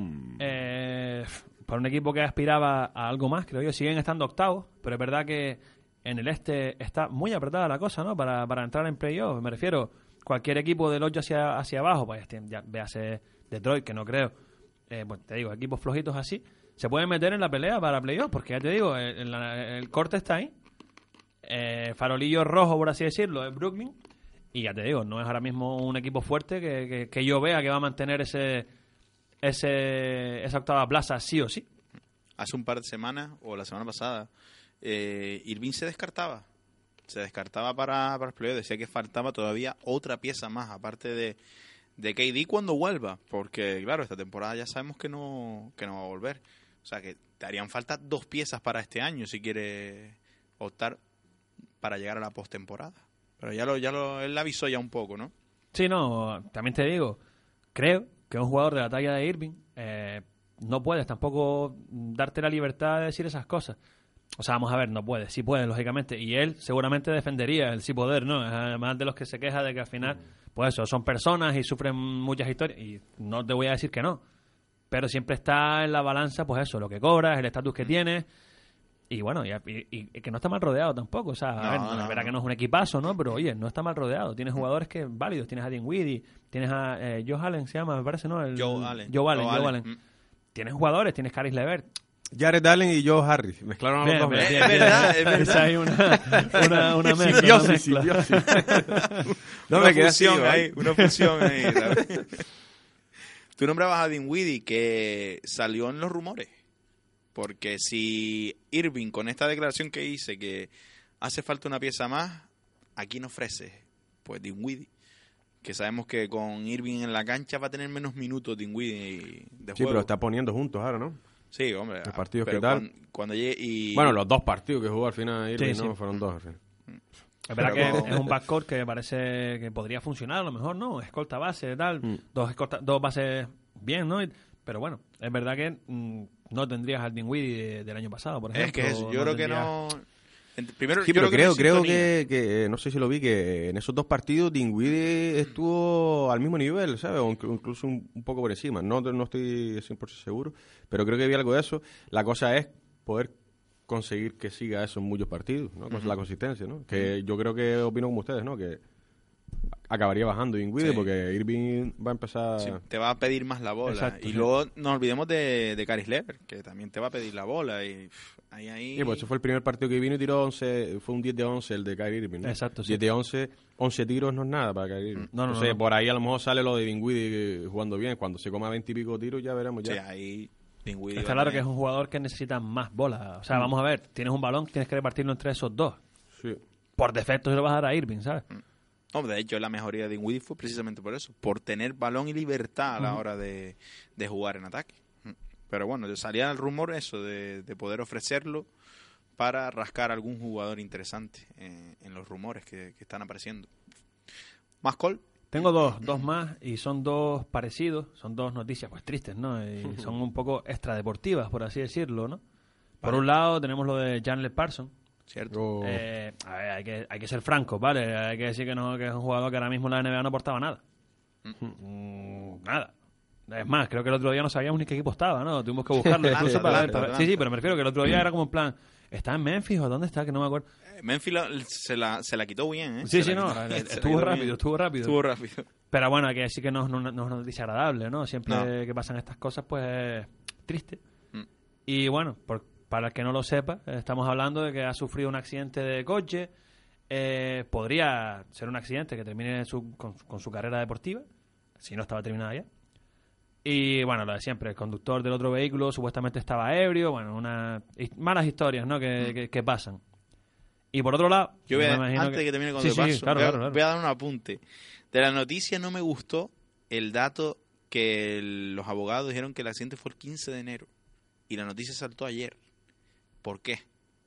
eh, para un equipo que aspiraba a algo más, creo yo, siguen estando octavos, pero es verdad que en el este está muy apretada la cosa, ¿no? Para, para entrar en playoff, me refiero, cualquier equipo del ocho hacia, hacia abajo, pues ya véase Detroit, que no creo, eh, pues te digo, equipos flojitos así, se pueden meter en la pelea para playoff, porque ya te digo, el, el, el corte está ahí, eh, farolillo rojo, por así decirlo, es Brooklyn, y ya te digo, no es ahora mismo un equipo fuerte que, que, que yo vea que va a mantener ese, ese esa octava plaza sí o sí. Hace un par de semanas, o la semana pasada, eh, Irving se descartaba. Se descartaba para, para el playoff. Decía que faltaba todavía otra pieza más, aparte de, de K D cuando vuelva. Porque, claro, esta temporada ya sabemos que no, que no va a volver. O sea, que te harían falta dos piezas para este año si quiere optar para llegar a la postemporada. Pero ya lo, ya lo, él avisó ya un poco, ¿no? Sí, no, también te digo, creo que un jugador de la talla de Irving eh, no puedes tampoco darte la libertad de decir esas cosas. O sea, vamos a ver, no puede, sí puede, lógicamente. Y él seguramente defendería el sí poder, ¿no? Además de los que se queja de que al final, pues eso, son personas y sufren muchas historias. Y no te voy a decir que no. Pero siempre está en la balanza, pues eso, lo que cobras, el estatus que tienes. Y bueno, y, y, y que no está mal rodeado tampoco. O sea, a No, ver, no, la verdad no. que no es un equipazo, ¿no? Pero oye, no está mal rodeado. Tienes jugadores que válidos. Tienes a Dinwiddie, tienes a eh, Joe Allen, se llama, me parece, ¿no? El, Joe Allen. Joe Allen, Joe Joe Allen. Allen. Mm. Tienes jugadores, tienes Caris LeVert. Jared Allen y Joe Harris. Mezclaron a los Bien, dos. bien, Es bien, bien. verdad, es verdad. Esa hay una, una, una mezcla. Simbiosis, una mezcla. simbiosis. No una me quedé así, fusión ¿vale? ahí, una fusión ahí. ¿sabes? Tú nombrabas a Dinwiddie, que salió en los rumores. Porque si Irving, con esta declaración que hice, que hace falta una pieza más, ¿a quién ofrece? Pues Dinwiddie. Que sabemos que con Irving en la cancha va a tener menos minutos Dinwiddie de juego. Sí, pero está poniendo juntos ahora, ¿no? Sí, hombre. Los partidos, pero ¿qué tal? Cuando, cuando llegue y... Bueno, los dos partidos que jugó al final Irving, Sí, ¿no? sí. Fueron dos al final. Es verdad Pero que con- es un backcourt que parece que podría funcionar, a lo mejor, ¿no? Escolta base, tal. Mm. Dos, escolta, dos bases bien, ¿no? Y- Pero bueno, es verdad que mm, no tendrías al Dinwiddie de- del año pasado, por ejemplo. es que eso, yo creo que tendrías- no... en- Primero, Sí, yo pero que no creo, hay creo sintonía. que, que, eh, no sé si lo vi, que en esos dos partidos Dinwiddie estuvo al mismo nivel, ¿sabes? O inclu- incluso un, un poco por encima. No, no estoy cien por ciento seguro, pero creo que vi algo de eso. La cosa es poder conseguir que siga eso en muchos partidos, ¿no? Con la consistencia, ¿no? Que yo creo que opino como ustedes, ¿no? Que acabaría bajando Dinwiddie Sí. porque Irving va a empezar... Sí, te va a pedir más la bola. Exacto, y sí. luego nos olvidemos de, de Caris LeVert, que también te va a pedir la bola. Y pff, ahí, ahí... Sí, pues ese fue el primer partido que vino y tiró once, fue un diez de once el de Kyrie Irving, ¿no? Exacto, sí. diez de once, once tiros no es nada para Kyrie Irving. No, no, Entonces, no, no. por ahí a lo mejor sale lo de Dinwiddie eh, jugando bien. Cuando se coma veinte y pico tiros ya veremos Sí, ya. ahí Dinwiddie Está va a claro que tener- es un jugador que necesita más bolas. O sea, Mm. vamos a ver, tienes un balón, tienes que repartirlo entre esos dos. Sí. Por defecto se lo vas a dar a Irving, ¿sabes? No, de hecho, la mejoría de Dinwiddie fue precisamente por eso, por tener balón y libertad a la hora de, de jugar en ataque. Pero bueno, salía el rumor eso, de, de poder ofrecerlo para rascar a algún jugador interesante en, en los rumores que, que están apareciendo. ¿Más call? Tengo dos, dos más y son dos parecidos, son dos noticias pues tristes, ¿no? Y son un poco extradeportivas, por así decirlo, ¿no? Por Vale. un lado tenemos lo de Chandler Parsons. ¿Cierto? O- Eh, a ver, hay que, hay que ser francos, ¿vale? Hay que decir que, no, que es un jugador que ahora mismo en la N B A no aportaba nada. Mm, nada. Es más, creo que el otro día no sabíamos ni qué equipo estaba, ¿no? Tuvimos que buscarlo incluso Atlanta, para ver. Atlanta, para- Sí, sí, pero me refiero que el otro día era como en plan, ¿está en Memphis o dónde está? Que no me acuerdo. Eh, Memphis la- se, la, se la quitó bien, ¿eh? Sí, Se sí, la no, quitó- se la estuvo quitó rápido, bien. estuvo rápido. Estuvo rápido. Pero bueno, hay que decir que no, no, no es una noticia agradable, ¿no? Siempre No. que pasan estas cosas, pues es triste. Mm. Y bueno, por- para el que no lo sepa, eh, estamos hablando de que ha sufrido un accidente de coche. Eh, podría ser un accidente que termine su- con, con su carrera deportiva, si no estaba terminada ya. Y bueno, lo de siempre, el conductor del otro vehículo supuestamente estaba ebrio. Bueno, unas his- malas historias, ¿no? Que, que, que pasan. Y por otro lado, Yo voy a, me imagino antes de que termine con Sí, el sí, paso, claro, voy, a, claro, claro. voy a dar un apunte. De la noticia no me gustó el dato que el- los abogados dijeron que el accidente fue el quince de enero y la noticia saltó ayer. ¿Por qué?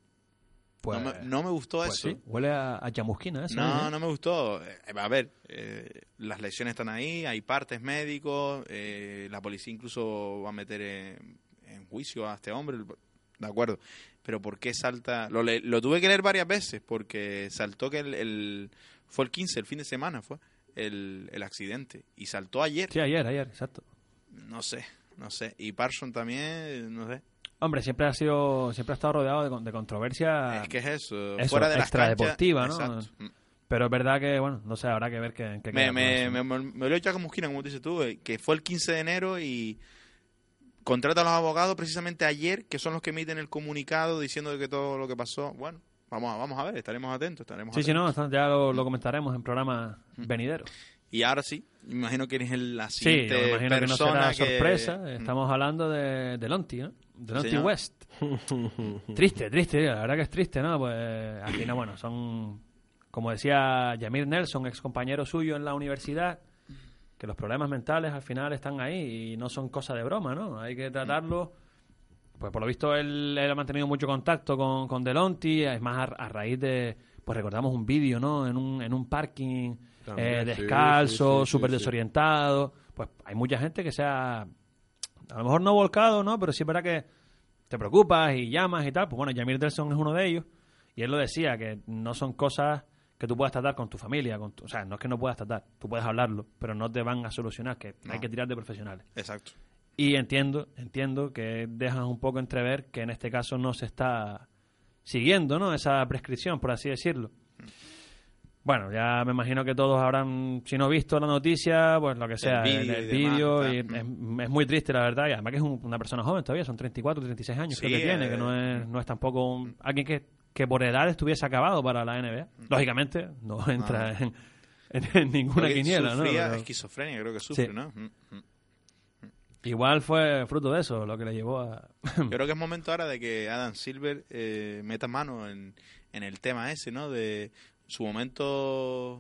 pues, no, me, no me gustó pues eso. sí, huele a, a chamusquina eso. No, ¿eh? no me gustó. Eh, A ver, eh, las lesiones están ahí, hay partes médicos, eh, la policía incluso va a meter en, en juicio a este hombre, de acuerdo. Pero ¿por qué salta? Lo, le- lo tuve que leer varias veces porque saltó que el, el- fue el quince, el fin de semana fue el, el accidente y saltó ayer. Sí, ayer, ayer, exacto. No sé, no sé. Y Parson también, no sé. Hombre, siempre ha sido, siempre ha estado rodeado de, con- de controversia, Es que es eso, eso, fuera de las extradeportiva, canchas, ¿no? exacto. pero es verdad que, bueno, no sé, habrá que ver qué, qué Me, queda me, con me, eso. me, me olvidó echar como esquina, como dices tú, eh, que fue el quince de enero y contrata a los abogados precisamente ayer, que son los que emiten el comunicado diciendo de que todo lo que pasó, bueno, vamos a, vamos a ver, estaremos atentos, estaremos Sí, sí, atentos. no, está- ya lo, lo comentaremos en programas venideros. Y ahora sí, imagino que eres el, la Sí, siguiente me imagino que no persona será que- sorpresa. Mm. Estamos hablando de, de Lonti, ¿no? De Lonti señor. West. Triste, triste, la verdad que es triste, ¿no? Pues al final, bueno, son, como decía Yamir Nelson, ex compañero suyo en la universidad, que los problemas mentales al final están ahí y no son cosa de broma, ¿no? Hay que tratarlos. Pues por lo visto él, él ha mantenido mucho contacto con, con Delonti, es más a, a raíz de, pues recordamos un vídeo, ¿no? En un, en un parking, También, eh, sí, descalzo, sí, sí, súper sí, sí. desorientado. Pues hay mucha gente que se ha, a lo mejor no volcado, ¿no? Pero sí es verdad que te preocupas y llamas y tal. Pues bueno, Jamir Delson es uno de ellos. Y él lo decía, que no son cosas que tú puedas tratar con tu familia. Con tu, o sea, no es que no puedas tratar, tú puedes hablarlo, pero no te van a solucionar, que No. hay que tirar de profesionales. Exacto. Y entiendo, entiendo que dejas un poco entrever que en este caso no se está siguiendo, ¿no? Esa prescripción, por así decirlo. Bueno, ya me imagino que todos habrán, si no visto la noticia, pues lo que sea, El el vídeo el y vídeo, demás, y está. es, es muy triste, la verdad, y además que es un- una persona joven todavía, son treinta y cuatro, treinta y seis años Sí, creo que tiene, eh, que no es, no es tampoco un- alguien que, que por edad estuviese acabado para la N B A. Lógicamente, no entra en, en- en ninguna Porque quiniela, ¿no? sufría Pero esquizofrenia, creo que sufre, Sí. ¿no? Mm, mm. igual fue fruto de eso lo que le llevó a... Yo creo que es momento ahora de que Adam Silver eh, meta mano en, en el tema ese, ¿no? De su momento...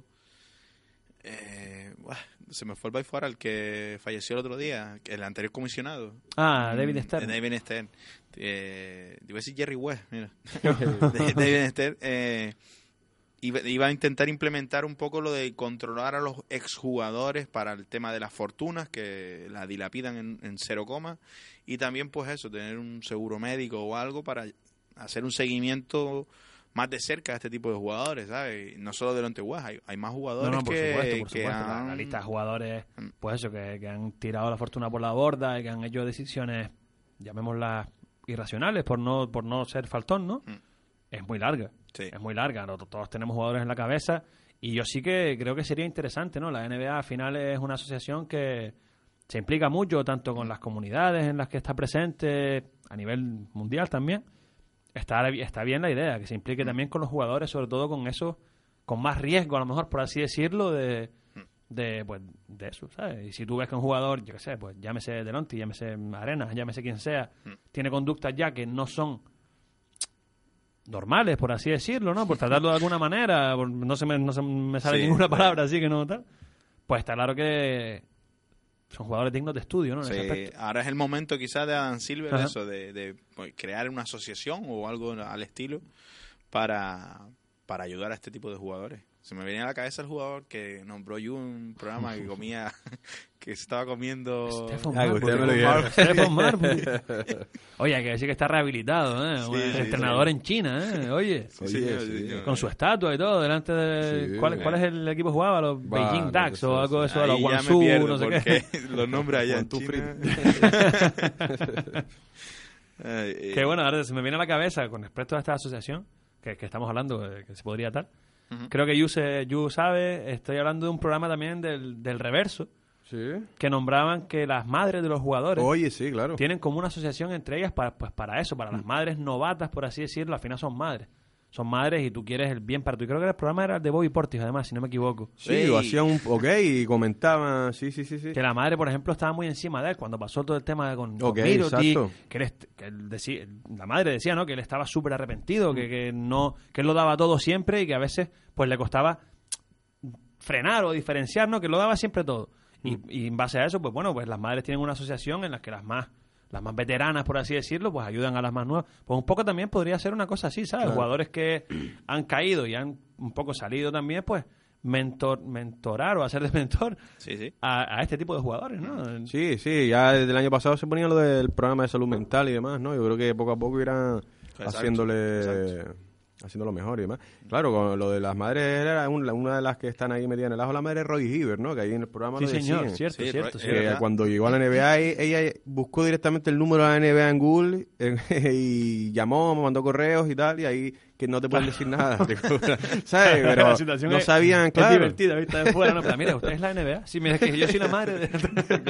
Eh, buah, se me fue el fuera el que falleció el otro día, el anterior comisionado. Ah, David Mm, Stern. David Stern. Eh, iba a decir Jerry West, mira. De- David Stern. Eh, iba, iba a intentar implementar un poco lo de controlar a los exjugadores para el tema de las fortunas, que la dilapidan en, en cero coma. Y también, pues eso, tener un seguro médico o algo para hacer un seguimiento más de cerca a este tipo de jugadores, ¿sabes? No solo delante de West, hay, hay más jugadores No, no, por que, supuesto, por que supuesto. La, han- la lista de jugadores, Mm. pues eso, que, que han tirado la fortuna por la borda y que han hecho decisiones, llamémoslas irracionales, por no por no ser faltón, ¿no? Mm. Es muy larga. Sí. Es muy larga. Nosotros todos tenemos jugadores en la cabeza y yo sí que creo que sería interesante, ¿no? La N B A al final es una asociación que se implica mucho tanto con las comunidades en las que está presente, a nivel mundial también. Está, está bien la idea, que se implique también con los jugadores, sobre todo con eso, con más riesgo, a lo mejor, por así decirlo, de, de, pues, de eso, ¿sabes? Y si tú ves que un jugador, yo qué sé, pues llámese Delonte, llámese Arenas, llámese quien sea, tiene conductas ya que no son normales, por así decirlo, ¿no? Por tratarlo de alguna manera, por- no se me, no se me sale Sí, ninguna claro. palabra así que no tal, pues está claro que son jugadores dignos de estudio, ¿no? En ese Sí, aspecto. ahora es el momento quizás de Adam Silver Ajá. eso, de, de, pues, crear una asociación o algo al estilo para, para ayudar a este tipo de jugadores. Se me venía a la cabeza el jugador que nombró yo un programa que comía, que estaba comiendo... Stephen Ah, que Marbury. usted me lo dijeron. Stephen Marbury. Oye, hay que decir que está rehabilitado, ¿eh? Sí, Un sí, entrenador en China, ¿eh? Oye, Sí, Oye, señor, sí. sí, señor. con su estatua y todo, delante de... Sí, ¿Cuál, eh. ¿Cuál es el equipo que jugaba? ¿Los Va, Beijing no Ducks sé, o algo de eso? Ahí ¿Los ya me Guangzhou? pierdo, No sé porque qué. los nombres allá en Guangzhou China. Ay, eh, Que bueno, ahora se me viene a la cabeza con respecto a esta asociación que, que estamos hablando, eh, que se podría tal. Ujú. Creo que Yu, se- Yu sabe, estoy hablando de un programa también del, del reverso, Sí. que nombraban que las madres de los jugadores Oye, sí, claro. tienen como una asociación entre ellas para, pues, para eso, para las madres novatas, por así decirlo, al final son madres. Son madres y tú quieres el bien para tú. Y creo que el programa era el de Bobby Portis, además, si no me equivoco. Sí, Sí. lo hacían un... Ok, y comentaban... Sí, sí, sí, sí. Que la madre, por ejemplo, estaba muy encima de él cuando pasó todo el tema con, con Ok, Mirotic, exacto. que, él, est- que él decía, la madre decía, ¿no? Que él estaba súper arrepentido, que, que no, que él lo daba todo siempre y que a veces pues le costaba frenar o diferenciar, ¿no? Que lo daba siempre todo. Y, y en base a eso, pues bueno, pues las madres tienen una asociación en la que las más las más veteranas, por así decirlo, pues ayudan a las más nuevas. Pues un poco también podría ser una cosa así, ¿sabes? Claro. Jugadores que han caído y han un poco salido también, pues mentor, mentorar o hacer de mentor Sí, sí. a, a este tipo de jugadores, ¿no? Sí, sí, ya desde el año pasado se ponía lo del programa de salud mental y demás, ¿no? Yo creo que poco a poco irán Exacto, haciéndole... exacto. haciéndolo mejor y demás. Claro, con lo de las madres, era un- una de las que están ahí metidas en el ajo, la madre de Roy Hibbert, ¿no? Que ahí en el programa Sí, lo decían. señor, cierto, Sí, cierto, Roy- cierto. Que ¿verdad? cuando llegó a la N B A, e- ella buscó directamente el número de la N B A en Google eh, y llamó, me mandó correos y tal, y ahí que no te pueden decir nada. te cobran, ¿sabes? Pero La situación no es- sabían, es claro. divertida, vista de fuera, ¿no? Pero mira, usted es la N B A. Sí, mira, es que yo soy la madre de...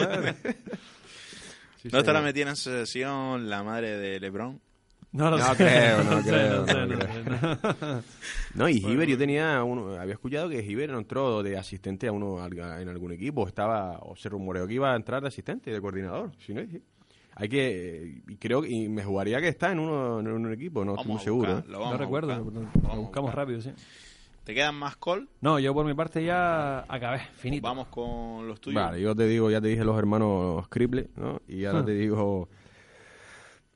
Sí, ¿No estará señor. metida en asociación la madre de LeBron? No lo No sé. creo, no sé, creo, no sé, no no creo. sé, no. No, y Hibbert, yo tenía uno, había escuchado que Hibbert no entró de asistente a uno al- en algún equipo, estaba, o se rumoreó que iba a entrar de asistente, de coordinador, si no, sí. Hay que, y creo que, y me jugaría que está en uno, en un equipo, no estoy muy a seguro. buscar, ¿eh? lo vamos No a recuerdo, buscar, lo, lo lo vamos a buscamos buscar. rápido, sí. ¿Te quedan más call? No, yo por mi parte ya acabé, finito. Vamos con los tuyos. Vale, yo te digo, ya te dije los hermanos Scribble, ¿no? Y ahora Hmm. te digo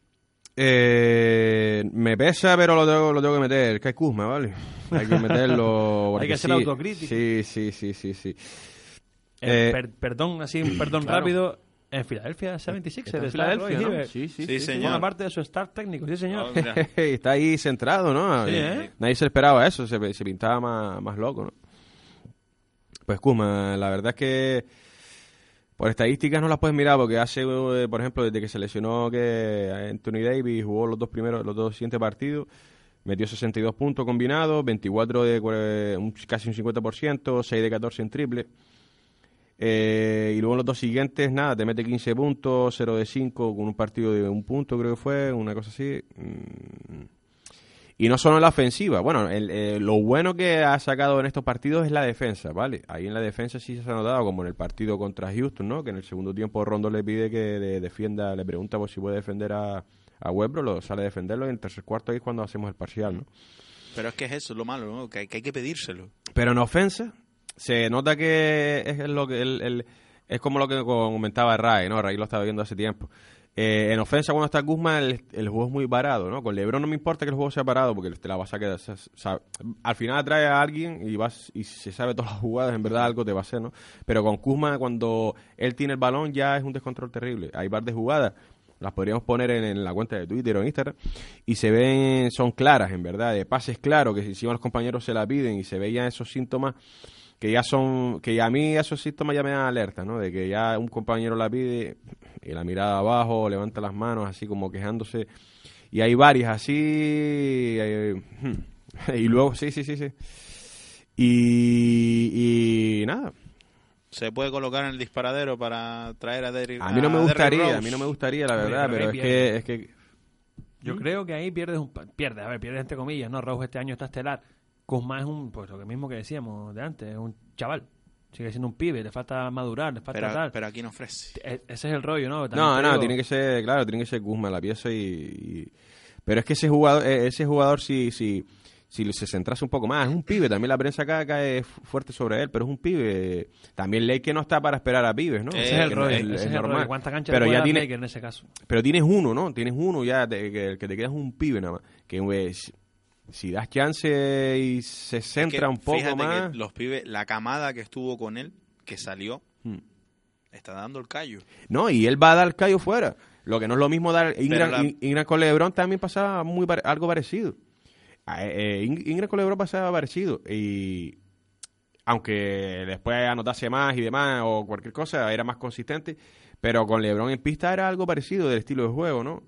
Eh, me pesa, pero lo tengo, lo tengo que meter. Que hay Kuzma, ¿vale? Hay que meterlo. Hay que ser sí, autocrítico. Sí, sí, sí, sí, sí. Eh, Eh, per- perdón, así un perdón claro. rápido. En Filadelfia, setenta y seis, Está en está Filadelfia, Roy ¿no? Hibbert. Sí, sí, Sí, sí, señor. Buena parte de su staff técnico, sí, señor. Oh, mira. Está ahí centrado, ¿no? Sí, ¿eh? Nadie se esperaba eso, se, se pintaba más, más loco, ¿no? Pues Kuzma, la verdad es que por estadísticas no las puedes mirar porque hace, eh, por ejemplo, desde que se lesionó que Anthony Davis jugó los dos primeros, los dos siguientes partidos, metió sesenta y dos puntos combinados, veinticuatro de eh, un, casi un cincuenta por ciento, seis de catorce en triple. Eh, y luego en los dos siguientes, nada, te mete quince puntos, cero de cinco con un partido de un punto, creo que fue, una cosa así. Mm. Y no solo en la ofensiva. Bueno, el, eh, lo bueno que ha sacado en estos partidos es la defensa, ¿vale? Ahí en la defensa sí se ha notado, como en el partido contra Houston, ¿no? Que en el segundo tiempo Rondo le pide que de, defienda, le pregunta por si puede defender a, a Westbrook, lo sale a defenderlo y en el tercer cuarto ahí es cuando hacemos el parcial, ¿no? Pero es que es eso, lo malo, ¿no? Que hay que, hay que pedírselo. Pero en ofensa se nota que es lo que el, el, es como lo que comentaba Ray, ¿no? Ray lo estaba viendo hace tiempo. Eh, en ofensa cuando está Kuzma el, el juego es muy parado, ¿no? Con LeBron no me importa que el juego sea parado porque te la vas a quedar, o sea, al final atrae a alguien y vas y se sabe todas las jugadas, en verdad algo te va a hacer, ¿no? Pero con Kuzma cuando él tiene el balón ya es un descontrol terrible. Hay par de jugadas, las podríamos poner en, en la cuenta de Twitter o Instagram y se ven, son claras en verdad, de pases claros que encima los compañeros se la piden y se veían esos síntomas que ya son, que ya a mí esos síntomas ya me dan alerta, ¿no? De que ya un compañero la pide y la mirada abajo, levanta las manos así como quejándose. Y hay varias así, eh, y luego, sí, sí, sí, sí. Y, y nada. ¿Se puede colocar en el disparadero para traer a Derrick? A mí no me a Derrick gustaría, Rose? a mí no me gustaría, la verdad, Oye, pero pero es que que, es que... Yo creo que ahí pierdes un pa- pierdes, a ver, pierdes entre comillas, ¿no? Rose este año está estelar. Kuzma es un, pues lo que mismo que decíamos de antes, es un chaval. Sigue siendo un pibe, le falta madurar, le falta Pero, tal. pero aquí no ofrece. E- ese es el rollo, ¿no? También No, te no, digo- tiene que ser, claro, tiene que ser Kuzma la pieza y, y- pero es que ese jugador, eh, ese jugador si, si, si se centrase un poco más, es un pibe, también la prensa acá cae fu- fuerte sobre él, pero es un pibe. También Lakers no está para esperar a pibes, ¿no? Ese Ese es el Que rollo, es- ese es es el normal. rollo. ¿Cuánta cancha Pero le puede ya dar tiene, Lakers en ese caso? pero tienes uno, ¿no? Tienes uno ya, de, que, que te quedas un pibe nada más, que pues, si das chance y se centra Es que un poco fíjate más. que los pibes, la camada que estuvo con él, que salió, Hmm. está dando el callo. No, y él va a dar callo fuera. Lo que no es lo mismo dar. Ingram, la- In- Ingram con LeBron también pasaba muy pare- algo parecido. Ah, eh, In- Ingram con LeBron pasaba parecido. Y aunque después anotase más y demás o cualquier cosa, era más consistente. Pero con LeBron en pista era algo parecido del estilo de juego, ¿no?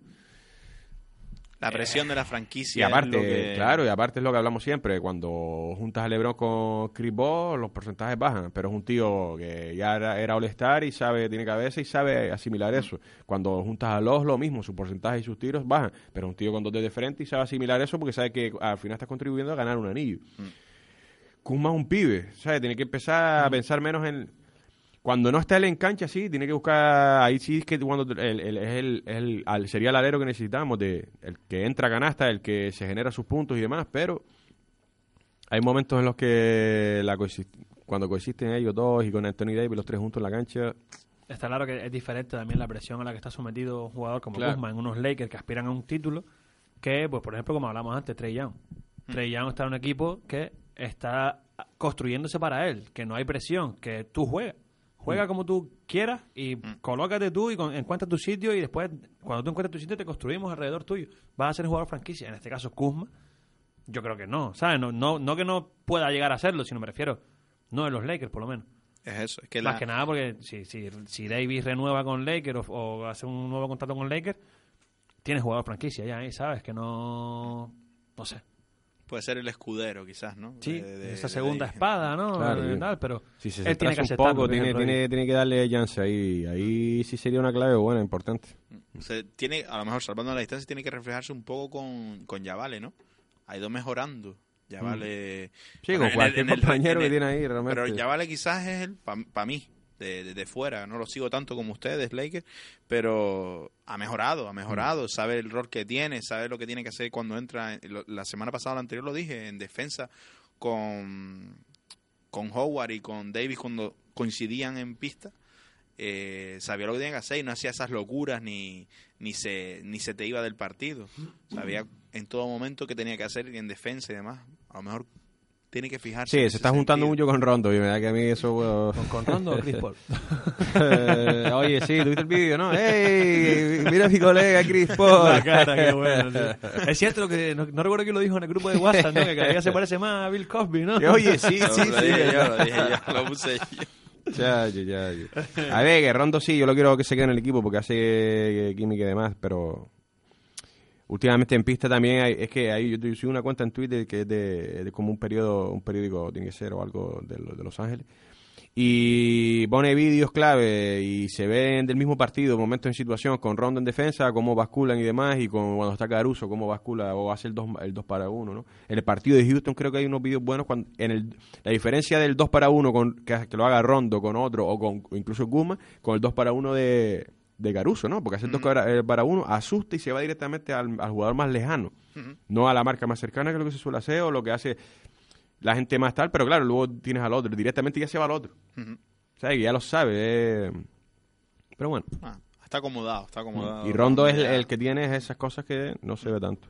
La presión de la Y franquicia. aparte, es lo que... claro, y aparte es lo que hablamos siempre, cuando juntas a LeBron con Chris Paul, los porcentajes bajan, pero es un tío que ya era, era All-Star y sabe, tiene cabeza y sabe asimilar eso. Cuando juntas a los, lo mismo, sus porcentajes y sus tiros bajan, pero es un tío con dos dedos de frente y sabe asimilar eso porque sabe que al final está contribuyendo a ganar un anillo. Mm. Kuzma es un pibe, ¿sabes? Tiene que empezar a pensar menos en... Cuando no está él en cancha, sí, tiene que buscar... Ahí sí es que cuando el, el, es el, es el, al- sería el alero que necesitamos, de el que entra a canasta, el que se genera sus puntos y demás, pero hay momentos en los que la coexist- cuando coexisten ellos dos y con Anthony Davis, los tres juntos en la cancha... Está claro que es diferente también la presión a la que está sometido un jugador como Claro. Kuzma en unos Lakers que aspiran a un título que, pues por ejemplo, como hablamos antes, Trae Young. Trae Young está en un equipo que está construyéndose para él, que no hay presión, que tú juegas. Juega como tú quieras y colócate tú y con- encuentra tu sitio y después, cuando tú encuentres tu sitio, te construimos alrededor tuyo. Vas a ser jugador franquicia. En este caso, Kuzma, yo creo que no, ¿sabes? No, no, no que no pueda llegar a serlo, sino me refiero, no en los Lakers, por lo menos. Es eso. Es que Más la... que nada porque si, si, si Davis renueva con Lakers o, o hace un nuevo contrato con Lakers, tienes jugador franquicia ya ahí, ¿sabes? Que no... No sé. puede ser el escudero, quizás, ¿no? Sí, De- de- esa de segunda Davis. espada, ¿no? Claro, Eh, sí. tal, pero Si se él tiene que centrase un aceptarlo, poco, que es el tiene, rollo. tiene, tiene que darle chance ahí. Ahí sí sería una clave buena, importante. Se tiene, a lo mejor salvando la distancia, tiene que reflejarse un poco con, con Yavale, ¿no? Ha ido mejorando. Yavale. Sí, bueno, con en el- cualquier en el- compañero en el- que tiene ahí, realmente. Pero Yavale quizás es el, para mí, de, de, de fuera, no lo sigo tanto como ustedes, Lakers, pero ha mejorado, ha mejorado, sabe el rol que tiene, sabe lo que tiene que hacer cuando entra. Lo- La semana pasada, la anterior, lo dije, en defensa con, con Howard y con Davis cuando coincidían en pista. eh, sabía lo que tenía que hacer y no hacía esas locuras ni, ni, se, ni se te iba del partido. Sabía en todo momento qué tenía que hacer en defensa y demás. A lo mejor tiene que fijarse. Sí, en se ese está juntando sentido. mucho con Rondo y verdad que a mí eso... bueno, ¿Con, con Rondo o Chris Paul? Eh, oye, sí, tuviste el vídeo, ¿no? ¡Ey! Mira a mi colega Chris Paul. La cara, qué bueno, tío. Es cierto lo que... No, no recuerdo quién lo dijo en el grupo de WhatsApp, ¿no? Que cada día se parece más a Bill Cosby, ¿no? Que, oye, sí, Lo, sí, lo sí. dije yo, lo dije yo, lo puse yo. Ya, ya, ya, ya. A ver, que Rondo sí, yo lo quiero que se quede en el equipo porque hace química y demás, pero últimamente en pista también hay, es que hay, yo sigo una cuenta en Twitter que es de, de como un periodo, un periódico tiene que ser o algo de, de Los Ángeles, y pone vídeos clave y se ven del mismo partido, momentos en situación, con Rondo en defensa, cómo basculan y demás, y con cuando está Caruso, cómo bascula o hace el dos, el dos para uno, ¿no? En el partido de Houston creo que hay unos vídeos buenos, cuando, en el, la diferencia del dos para uno con, que, que lo haga Rondo con otro, o con o incluso Guzmán, con el dos para uno de, de Caruso, ¿no? Porque hace el dos para, para uno, asusta y se va directamente al, al jugador más lejano, Uh-huh. no a la marca más cercana, que es lo que se suele hacer, o lo que hace la gente más tal, pero claro, luego tienes al otro, directamente ya se va al otro. Uh-huh. O sea, que ya lo sabe, eh. Pero bueno. Ah, está acomodado, está acomodado. Y Rondo es el, ya. el que tiene esas cosas que no se ve tanto.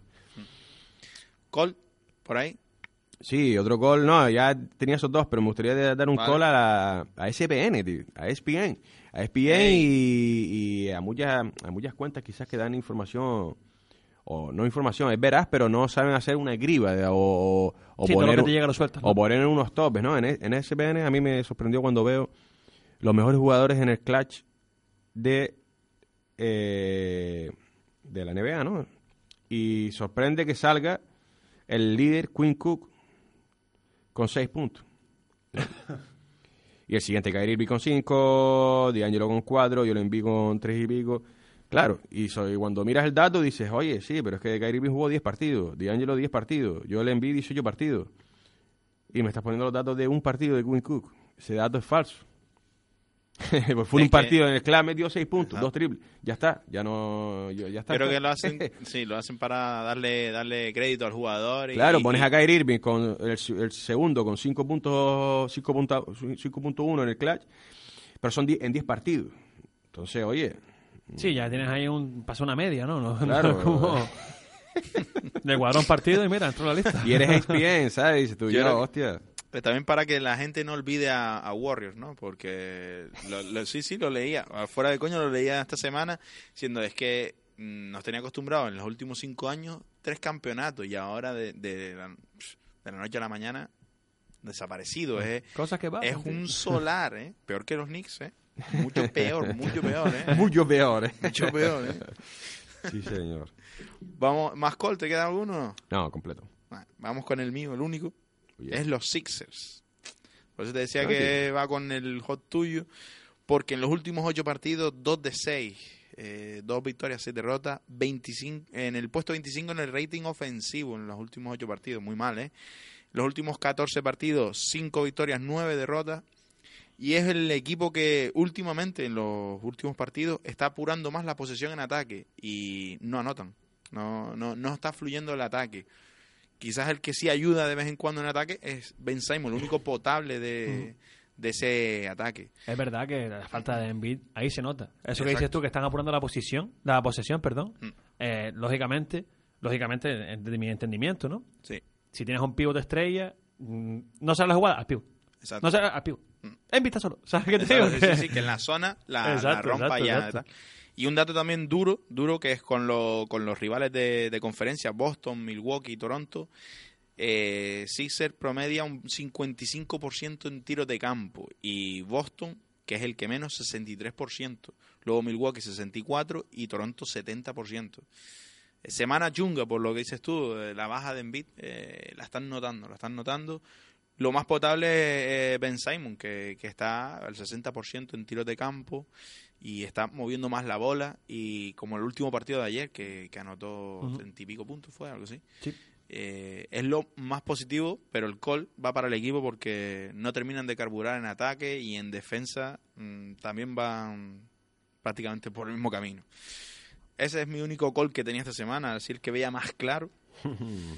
Cole, por ahí. Sí, otro call, no, ya tenía esos dos, pero me gustaría dar un Vale. call a, la, a S P N, tío, a E S P N. A E S P N y, y a muchas a muchas cuentas quizás que dan información, o no información, es veraz, pero no saben hacer una griba de- o, o, Sí, todo poner, lo que te llega lo sueltas, ¿no? o poner unos topes, ¿no? En, E- en E S P N a mí me sorprendió cuando veo los mejores jugadores en el clutch de, eh, de la N B A, ¿no? Y sorprende que salga el líder Quinn Cook con seis puntos. Y el siguiente Kyrie Irving con cinco, D'Angelo con cuatro, yo lo envío con tres y pico. Claro, y, so, y cuando miras el dato dices, oye, sí, pero es que Kyrie Irving jugó diez partidos, D'Angelo diez partidos, yo le envío dieciocho partidos. Y me estás poniendo los datos de un partido de Quinn Cook. Ese dato es falso. Pues fue Es un que- partido en el club, metió seis puntos, Ajá. dos triples. Ya está, ya no... yo- ya está. Creo que lo hacen, sí, lo hacen para darle darle crédito al jugador. Y, Claro, pones y- a Kyrie Irving con el, el segundo con cinco puntos, cinco punto uno en el clutch, pero son die- en diez partidos. Entonces, oye, Sí, ya tienes ahí un... Pasa una media, ¿no? no Claro. no como... De cuadrón partido y mira, entró en la lista. y eres E S P N, ¿sabes? Dices tú, Yo yo, creo- hostia. Pues también para que la gente no olvide a, a Warriors, ¿no? Porque lo, lo- sí, sí, lo leía. Fuera de coño lo leía esta semana, diciendo es que mm, nos tenía acostumbrados en los últimos cinco años tres campeonatos y ahora de, de, la, de la noche a la mañana desaparecido. Es, Cosas que pasan. es tío. un solar, ¿eh? Peor que los Knicks, ¿eh? Mucho peor, mucho peor, ¿eh? Mucho peor, ¿eh? Mucho peor, ¿eh? Sí, señor. Vamos, ¿más call? ¿Te queda alguno? No, completo. Ah, Vamos con el mío, el único. Oye. Es los Sixers. Por eso te decía Ah, que va con el hot tuyo. Porque en los últimos ocho partidos, dos de seis. Eh, dos victorias, seis derrotas. veinticinco, en el puesto veinticinco en el rating ofensivo en los últimos ocho partidos. Muy mal, ¿eh? Los últimos catorce partidos, cinco victorias, nueve derrotas. Y es el equipo que últimamente, en los últimos partidos, está apurando más la posesión en ataque. Y no anotan. No, no, no está fluyendo el ataque. Quizás el que sí ayuda de vez en cuando en ataque es Ben Simon, el único potable de, de ese ataque. Es verdad que la falta de Embiid ahí se nota. Eso que Exacto. dices tú, que están apurando la posición, la posesión, perdón. Mm. Eh, lógicamente, lógicamente, de mi entendimiento, ¿no? Sí, Si tienes un pívot de estrella, mm, no sabes la jugada, al pívot. exacto. No sabes al pívot. Mm. Embiid está solo. ¿Sabes qué te digo? Exacto, sí, sí, que en la zona la, la Exacto, rompa exacto, ya. exacto. tal. Y un dato también duro, duro que es con, lo, con los rivales de, de conferencia, Boston, Milwaukee, Toronto. Eh, Sixers promedia un cincuenta y cinco por ciento en tiros de campo y Boston, que es el que menos, sesenta y tres por ciento. Luego Milwaukee sesenta y cuatro por ciento y Toronto setenta por ciento. Eh, Semana chunga, por lo que dices tú, eh, la baja de Embiid, eh, la están notando, la están notando. Lo más potable es eh, Ben Simon, que, que está al sesenta por ciento en tiros de campo y está moviendo más la bola. Y como el último partido de ayer, que, que anotó Ujú. treinta y pico puntos, fue algo así. Sí. Eh, es lo más positivo, pero el call va para el equipo porque no terminan de carburar en ataque y en defensa mmm, también van prácticamente por el mismo camino. Ese es mi único call que tenía esta semana, es decir, que veía más claro.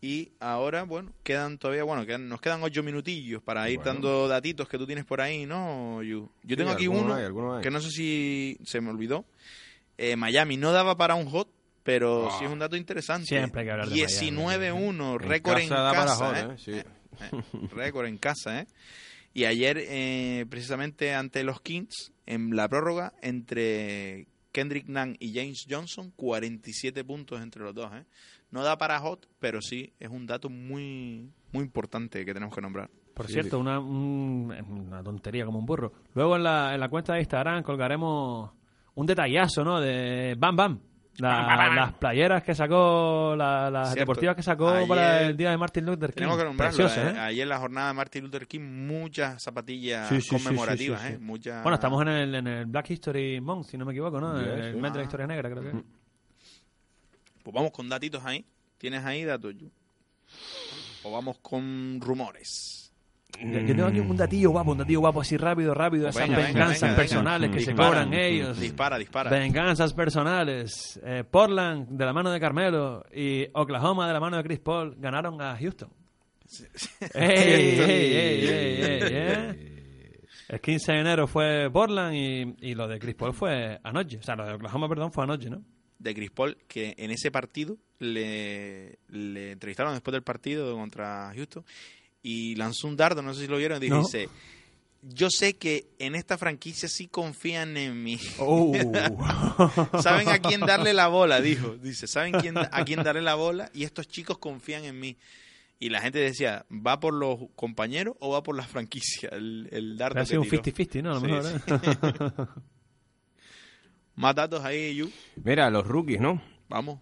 Y ahora, bueno, quedan todavía, bueno, quedan, nos quedan ocho minutillos para ir Bueno. dando datitos que tú tienes por ahí, ¿no, Yu? Yo Sí, tengo aquí alguno uno hay, alguno hay. que no sé si se me olvidó. Eh, Miami no daba para un hot, pero Ah. sí es un dato interesante. Siempre hay que hablar de Miami. diecinueve uno, En récord en casa da para casa, hot, ¿eh? ¿eh? Sí. Eh, eh, récord en casa, ¿eh? Y ayer, eh, precisamente ante los Kings, en la prórroga, entre Kendrick Nunn y James Johnson, cuarenta y siete puntos entre los dos, ¿eh? No da para hot, pero sí es un dato muy, muy importante que tenemos que nombrar. Por Sí, cierto, sí. una, un- una tontería como un burro. Luego en la, en la cuenta de Instagram colgaremos un detallazo, ¿no? De Bam Bam. La- las playeras que sacó, la- las Cierto. deportivas que sacó Ayer para el día de Martin Luther King. Tenemos que nombrarlo. Preciosas, eh. ¿eh? Ayer en la jornada de Martin Luther King, muchas zapatillas Sí, sí, sí, conmemorativas, sí, sí, ¿eh? sí. Muchas... Bueno, estamos en el, en el Black History Month, si no me equivoco, ¿no? Yes, el sí. mes de la Ah. historia negra, creo que es. Pues vamos con datitos ahí. ¿Tienes ahí datos, Yu? O vamos con rumores. Yo, yo tengo aquí un datillo guapo, un datillo guapo así rápido, rápido. Pues Esas venga, venga, venganzas venga, personales venga. que se Dispara. cobran ellos. Dispara, dispara. Venganzas personales. Eh, Portland, de la mano de Carmelo, y Oklahoma, de la mano de Chris Paul, ganaron a Houston. ¡Ey, ey, ey, ey, ey, eh! El quince de enero fue Portland y, y lo de Chris Paul fue anoche. O sea, lo de Oklahoma, perdón, fue anoche, ¿no? De Chris Paul, que en ese partido le, le entrevistaron después del partido contra Houston y lanzó un dardo, no sé si lo vieron, y No. dice, yo sé que en esta franquicia sí confían en mí. Oh. Saben a quién darle la bola, dijo. Dice, saben quién, a quién darle la bola y estos chicos confían en mí. Y la gente decía, ¿va por los compañeros o va por la franquicia? El, el dardo Ha que sido un tiró. cincuenta cincuenta, ¿no? A lo Sí, mejor, ¿eh? Más datos ahí, Yu. Mira, los rookies, ¿no? Vamos.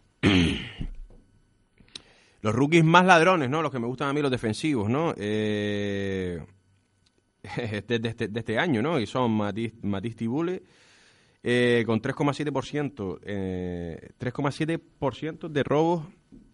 Los rookies más ladrones, ¿no? Los que me gustan a mí, los defensivos, ¿no? Eh... de, de este, de este año, ¿no? Y son Matisse, Matisse Thybulle, eh, con tres coma siete por ciento, eh, tres coma siete por ciento de robos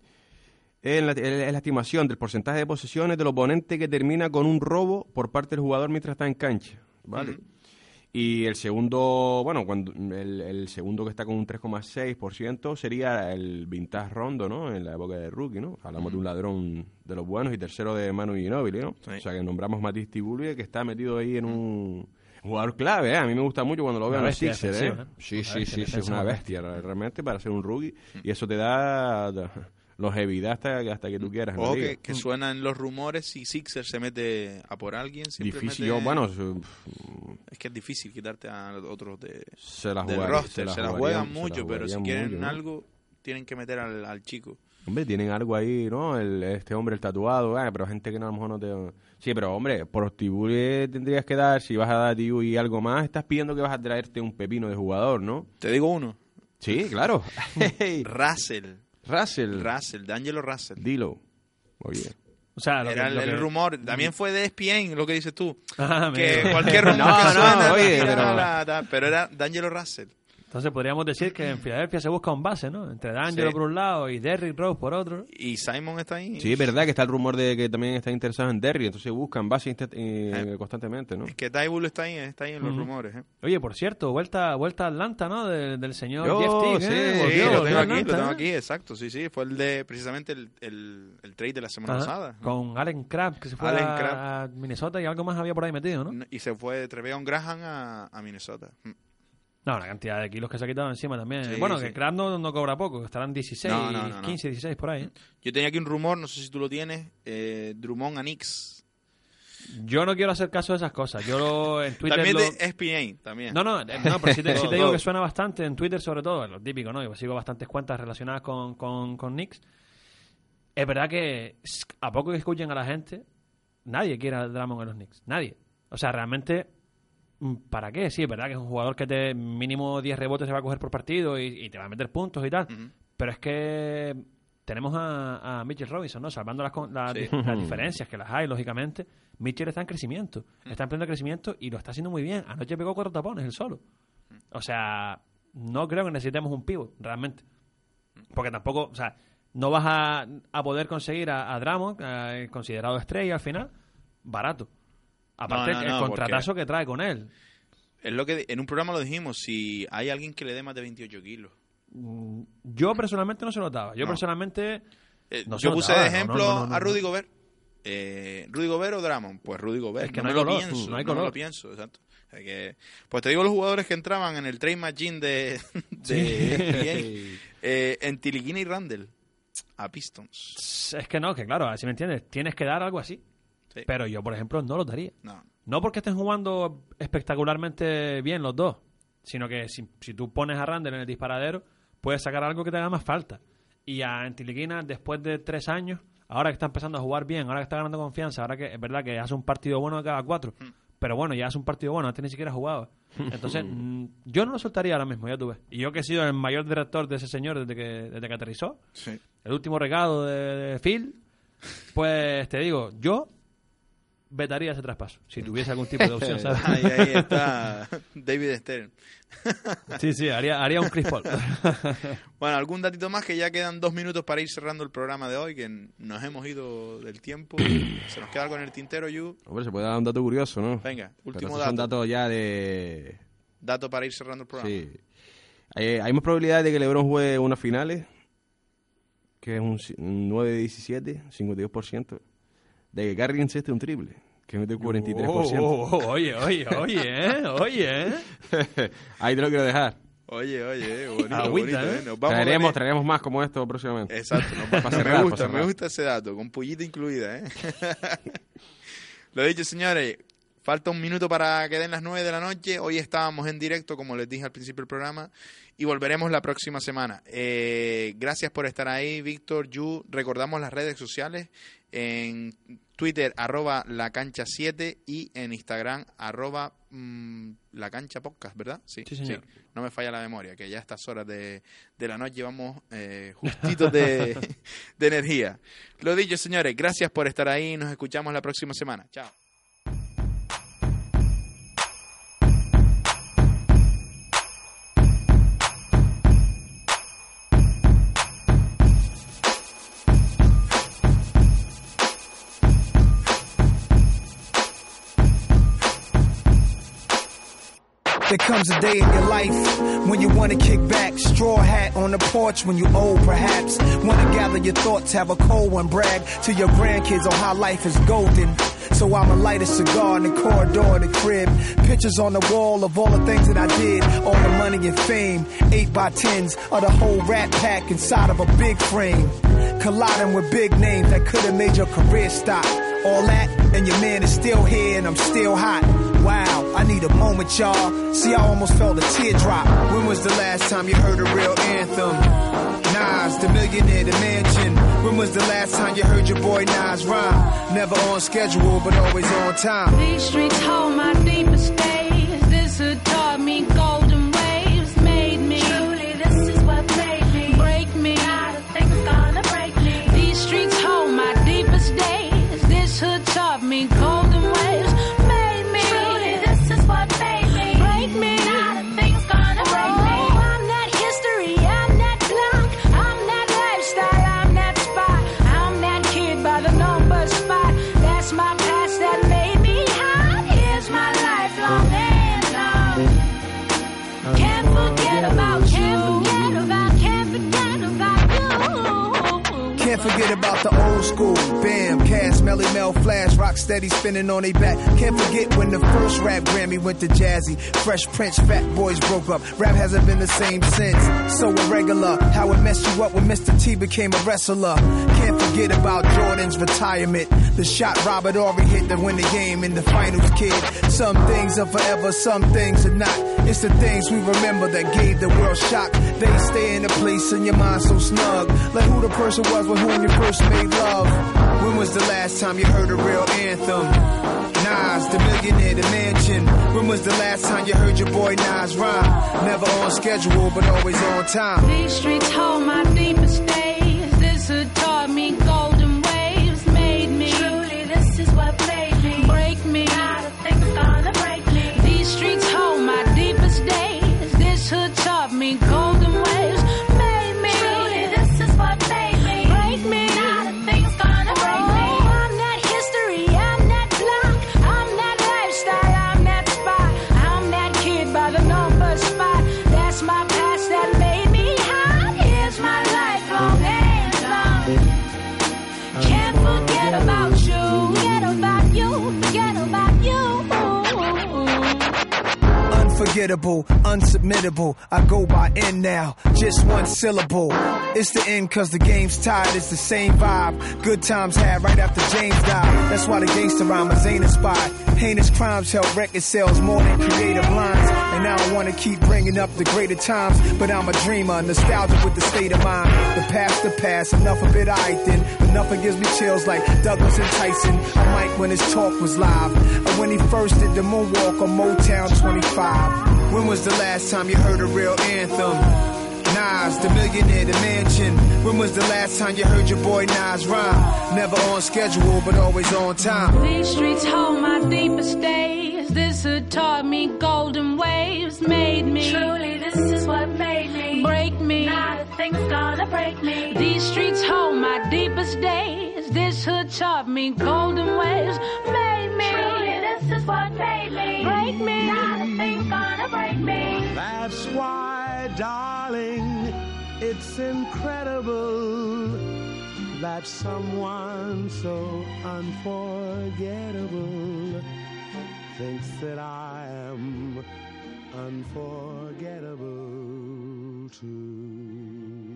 en la, en la estimación del porcentaje de posesiones del oponente que termina con un robo por parte del jugador mientras está en cancha, ¿vale? Ujú. Y el segundo, bueno, cuando el, el segundo que está con un tres coma seis por ciento sería el Vintage Rondo, ¿no? En la época de rookie, ¿no? Hablamos de un ladrón de los buenos, y tercero de Manu Ginóbili, ¿no? Sí. O sea que nombramos Matisse Thybulle, que está metido ahí en un jugador clave, ¿eh? A mí me gusta mucho cuando lo veo Una en los bestia Sixers, ¿eh? defensiva, ¿eh? Sí, Una sí, bestia sí, sí, es defensiva, una ¿eh? bestia realmente para ser un rookie, y eso te da longevidad hasta, hasta que tú quieras. en la Ojo liga. que, que suenan los rumores si Sixer se mete a por alguien. siempre Difícil, mete- yo, bueno, se, Es que es difícil quitarte a otros de, se la del jugaría- roster. Se la, jugarían- juegan se la mucho, pero si jugarían quieren mucho, ¿no? algo, tienen que meter al, al chico. Hombre, tienen algo ahí, ¿no? El, este hombre, el tatuado, ah, pero gente que no, a lo mejor no te... Sí, pero hombre, por Thybulle tendrías que dar, si vas a dar Tibu y algo más, estás pidiendo que vas a traerte un pepino de jugador, ¿no? Te digo uno. Sí, claro. Russell. Russell, Russell, D'Angelo Russell. dilo. Oye. O sea, lo Era que- el, lo el que- rumor. También fue de E S P N, lo que dices tú. Ah, Que mira. cualquier rumor No, que no, suena... oye, tiran pero- a la- ta- pero era D'Angelo Russell. Entonces podríamos decir que en Filadelfia se busca un base, ¿no? Entre D'Angelo Sí. por un lado y Derrick Rose por otro. Y Simon está ahí. Sí, es verdad que está el rumor de que también está interesado en Derry, entonces buscan base inst- eh, Eh. constantemente, ¿no? Es que Tybull está ahí, está ahí en los Ujú. rumores. ¿eh? Oye, por cierto, vuelta vuelta a Atlanta, ¿no? De- del señor Yo, Jeff Teague, sí, ¿eh? sí, Volvió, Sí, lo volvió tengo a aquí, lo Atlanta, tengo ¿eh? aquí, exacto. Sí, sí, fue el de precisamente el, el, el trade de la semana Ajá. pasada. ¿no? Con Allen Crabbe, que se fue Allen a, Crabbe. a Minnesota y algo más había por ahí metido, ¿no? Y se fue de Treveon Graham a, a Minnesota. Mm. No, la cantidad de kilos que se ha quitado encima también. Sí, bueno, sí. que Crabbe no, no cobra poco, estarán dieciséis, No, no, no, no. quince, dieciséis por ahí. ¿eh? Yo tenía aquí un rumor, no sé si tú lo tienes, eh, Drummond a Knicks. Yo no quiero hacer caso de esas cosas. Yo lo, en Twitter También lo... de E S P N, también. No, no, eh, no, pero sí te, sí te Todo, digo todo. que suena bastante en Twitter, sobre todo, lo típico, ¿no? Yo sigo bastantes cuentas relacionadas con, con, con Knicks. Es verdad que s- a poco que escuchen a la gente, nadie quiere a Drummond en los Knicks. Nadie. O sea, realmente, mm, ¿para qué? Sí, es verdad que es un jugador que te mínimo diez rebotes se va a coger por partido y, y te va a meter puntos y tal. Ujú. Pero es que tenemos a, a Mitchell Robinson, ¿no? Salvando las, con- las, Sí. di- las diferencias, que las hay, lógicamente. Mitchell está en crecimiento. Está en pleno crecimiento y lo está haciendo muy bien. Anoche pegó cuatro tapones él solo. O sea, no creo que necesitemos un pivot, realmente. Porque tampoco, o sea, no vas a, a poder conseguir a, a Drummond, eh, considerado estrella al final, barato. Aparte, No, no, el no, contratazo que trae con él. Es lo que en un programa lo dijimos, si hay alguien que le dé más de veintiocho kilos. Mm, Yo personalmente no se lo daba. Yo No. personalmente Eh, No se yo puse notaba, de no, ejemplo no, no, no, a Rudy no. Gobert. Eh, ¿Rudy Gobert o Drummond? Pues Rudy Gobert. Es que no, no me hay lo color, pienso, no hay no me color. lo pienso, exacto. O sea que, pues te digo los jugadores que entraban en el Trade Machine de, de N B A. Eh, en Tiliquina y Randall a Pistons. Es que no, que claro, así me entiendes. Tienes que dar algo así. Sí. Pero yo, por ejemplo, no lo daría. No. No porque estén jugando espectacularmente bien los dos, sino que si, si tú pones a Randall en el disparadero, puedes sacar algo que te haga más falta. Y a Antiliquina, después de tres años, ahora que está empezando a jugar bien, ahora que está ganando confianza, ahora que es verdad que hace un partido bueno de cada cuatro, Mm. pero bueno, ya hace un partido bueno, antes ni siquiera jugaba. Entonces, mm, yo no lo soltaría ahora mismo, ya tú ves. Y yo que he sido el mayor director de ese señor desde que, desde que aterrizó, Sí. el último recado de, de Phil, pues te digo, yo vetaría ese traspaso, si tuviese algún tipo de opción, ¿sabes? Ahí, ahí está David Stern. Sí, sí, haría, haría un Chris Paul. Bueno, algún datito más, que ya quedan dos minutos para ir cerrando el programa de hoy, que nos hemos ido del tiempo. Se nos queda algo en el tintero, Yu. Hombre, se puede dar un dato curioso, ¿no? Venga, Pero último esos dato. son datos ya de... Dato para ir cerrando el programa. Sí. Hay, hay más probabilidad de que LeBron juegue unas finales, que es un, ci- un nueve de diecisiete, cincuenta y dos por ciento. De que Curry enceste un triple, que mete un cuarenta y tres por ciento. Oh, oh, oh, oye, oye, oye, ¿eh? Oye, ¿eh? Ahí te lo quiero dejar. Oye, oye, bonito, Agüita, bonito, ¿eh? Nos vamos Traeremos, con el- traeremos más como esto próximamente. Exacto, nos Para vamos. cerrar, me para gusta, me cerrar. gusta ese dato, con pullita incluida, ¿eh? Lo dicho, señores, falta un minuto para que den las nueve de la noche. Hoy estábamos en directo, como les dije al principio del programa, y volveremos la próxima semana. Eh, gracias por estar ahí, Víctor, Yu. Recordamos las redes sociales: en Twitter, arroba la cancha siete, y en Instagram, arroba mmm, la cancha podcast, ¿verdad? Sí, señor. No me falla la memoria, que ya a estas horas de, de la noche vamos eh, justitos de, de energía. Lo dicho, señores, gracias por estar ahí. Nos escuchamos la próxima semana. Chao. There comes a day in your life when you want to kick back, straw hat on the porch when you old perhaps. Want to gather your thoughts, have a cold one, brag to your grandkids on how life is golden. So I'ma light a cigar in the corridor of the crib. Pictures on the wall of all the things that I did. All the money and fame. Eight by tens of the whole rat pack inside of a big frame. Colliding with big names that could have made your career stop. All that, and your man is still here and I'm still hot. Wow, I need a moment, y'all. See, I almost felt a teardrop. When was the last time you heard a real anthem? Nas, the millionaire, the mansion. When was the last time you heard your boy Nas rhyme? Never on schedule, but always on time. These streets hold my deepest days. This had taught me golden waves. Made me. Truly, this is what made me. Break me. Not a thing's gonna break me. These streets hold my deepest days. This hood taught me golden waves. Made me. Truly, this is what made me. Break me. Not a thing's gonna break me. Oh, I'm that history. I'm that clock. I'm that lifestyle. I'm that spot. I'm that kid by the number spot. That's my past that made me hot. Here's my lifelong anthem. Can't forget about, can't forget about, can't forget about you. Can't forget about the old school. Bam, Cass, Melly Mel, Flash, Rock Steady spinning on they back. Can't forget when the first rap Grammy went to Jazzy. Fresh Prince, Fat Boys broke up. Rap hasn't been the same since. So irregular, how it messed you up when Mister T became a wrestler. Can't forget about Jordan's retirement. The shot Robert Horry hit to win the game in the finals, kid. Some things are forever, some things are not. It's the things we remember that gave the world shock. They stay in a place in your mind so snug. Like who the person was with whom you first made love. When was the last time you heard a real anthem? Nas, the millionaire, the mansion. When was the last time you heard your boy Nas rhyme? Never on schedule, but always on time. These streets hold my deepest days. This had taught me golden waves. Made me. Truly, this is what made me. Break me. Not a thing's gonna break me. These streets hold my deepest days. This hood taught me golden waves. Made me. Truly, this is what made me. Break me. Not a thing's gonna break me. Oh, I'm that history. I'm that clock. I'm that lifestyle. I'm that spot. I'm that kid by the number spot. That's my past that made me hot. Here's unforgettable, unsubmittable. I go by N now, just one syllable. It's the end cause the game's tired, it's the same vibe. Good times had right after James died. That's why the gangster rhymers ain't inspired. Heinous crimes help record sales more than creative lines. And I don't wanna keep bringing up the greater times, but I'm a dreamer, nostalgic with the state of mind. The past, the past, enough of it, I then. Enough it gives me chills like Douglas and Tyson. On Mike when his talk was live, and when he first did the moonwalk on Motown twenty-five. When was the last time you heard a real anthem? Nas, the millionaire, the mansion. When was the last time you heard your boy Nas rhyme? Never on schedule, but always on time. These streets hold my deepest days. This had taught me golden waves, made me. Truly, this is what made me. Break me. Not a thing's gonna break me. These streets hold my deepest days. This hood taught me golden waves, made me. Truly, this is what made me. Break me. Not a thing's gonna break me. That's why, darling, it's incredible that someone so unforgettable thinks that I am unforgettable too.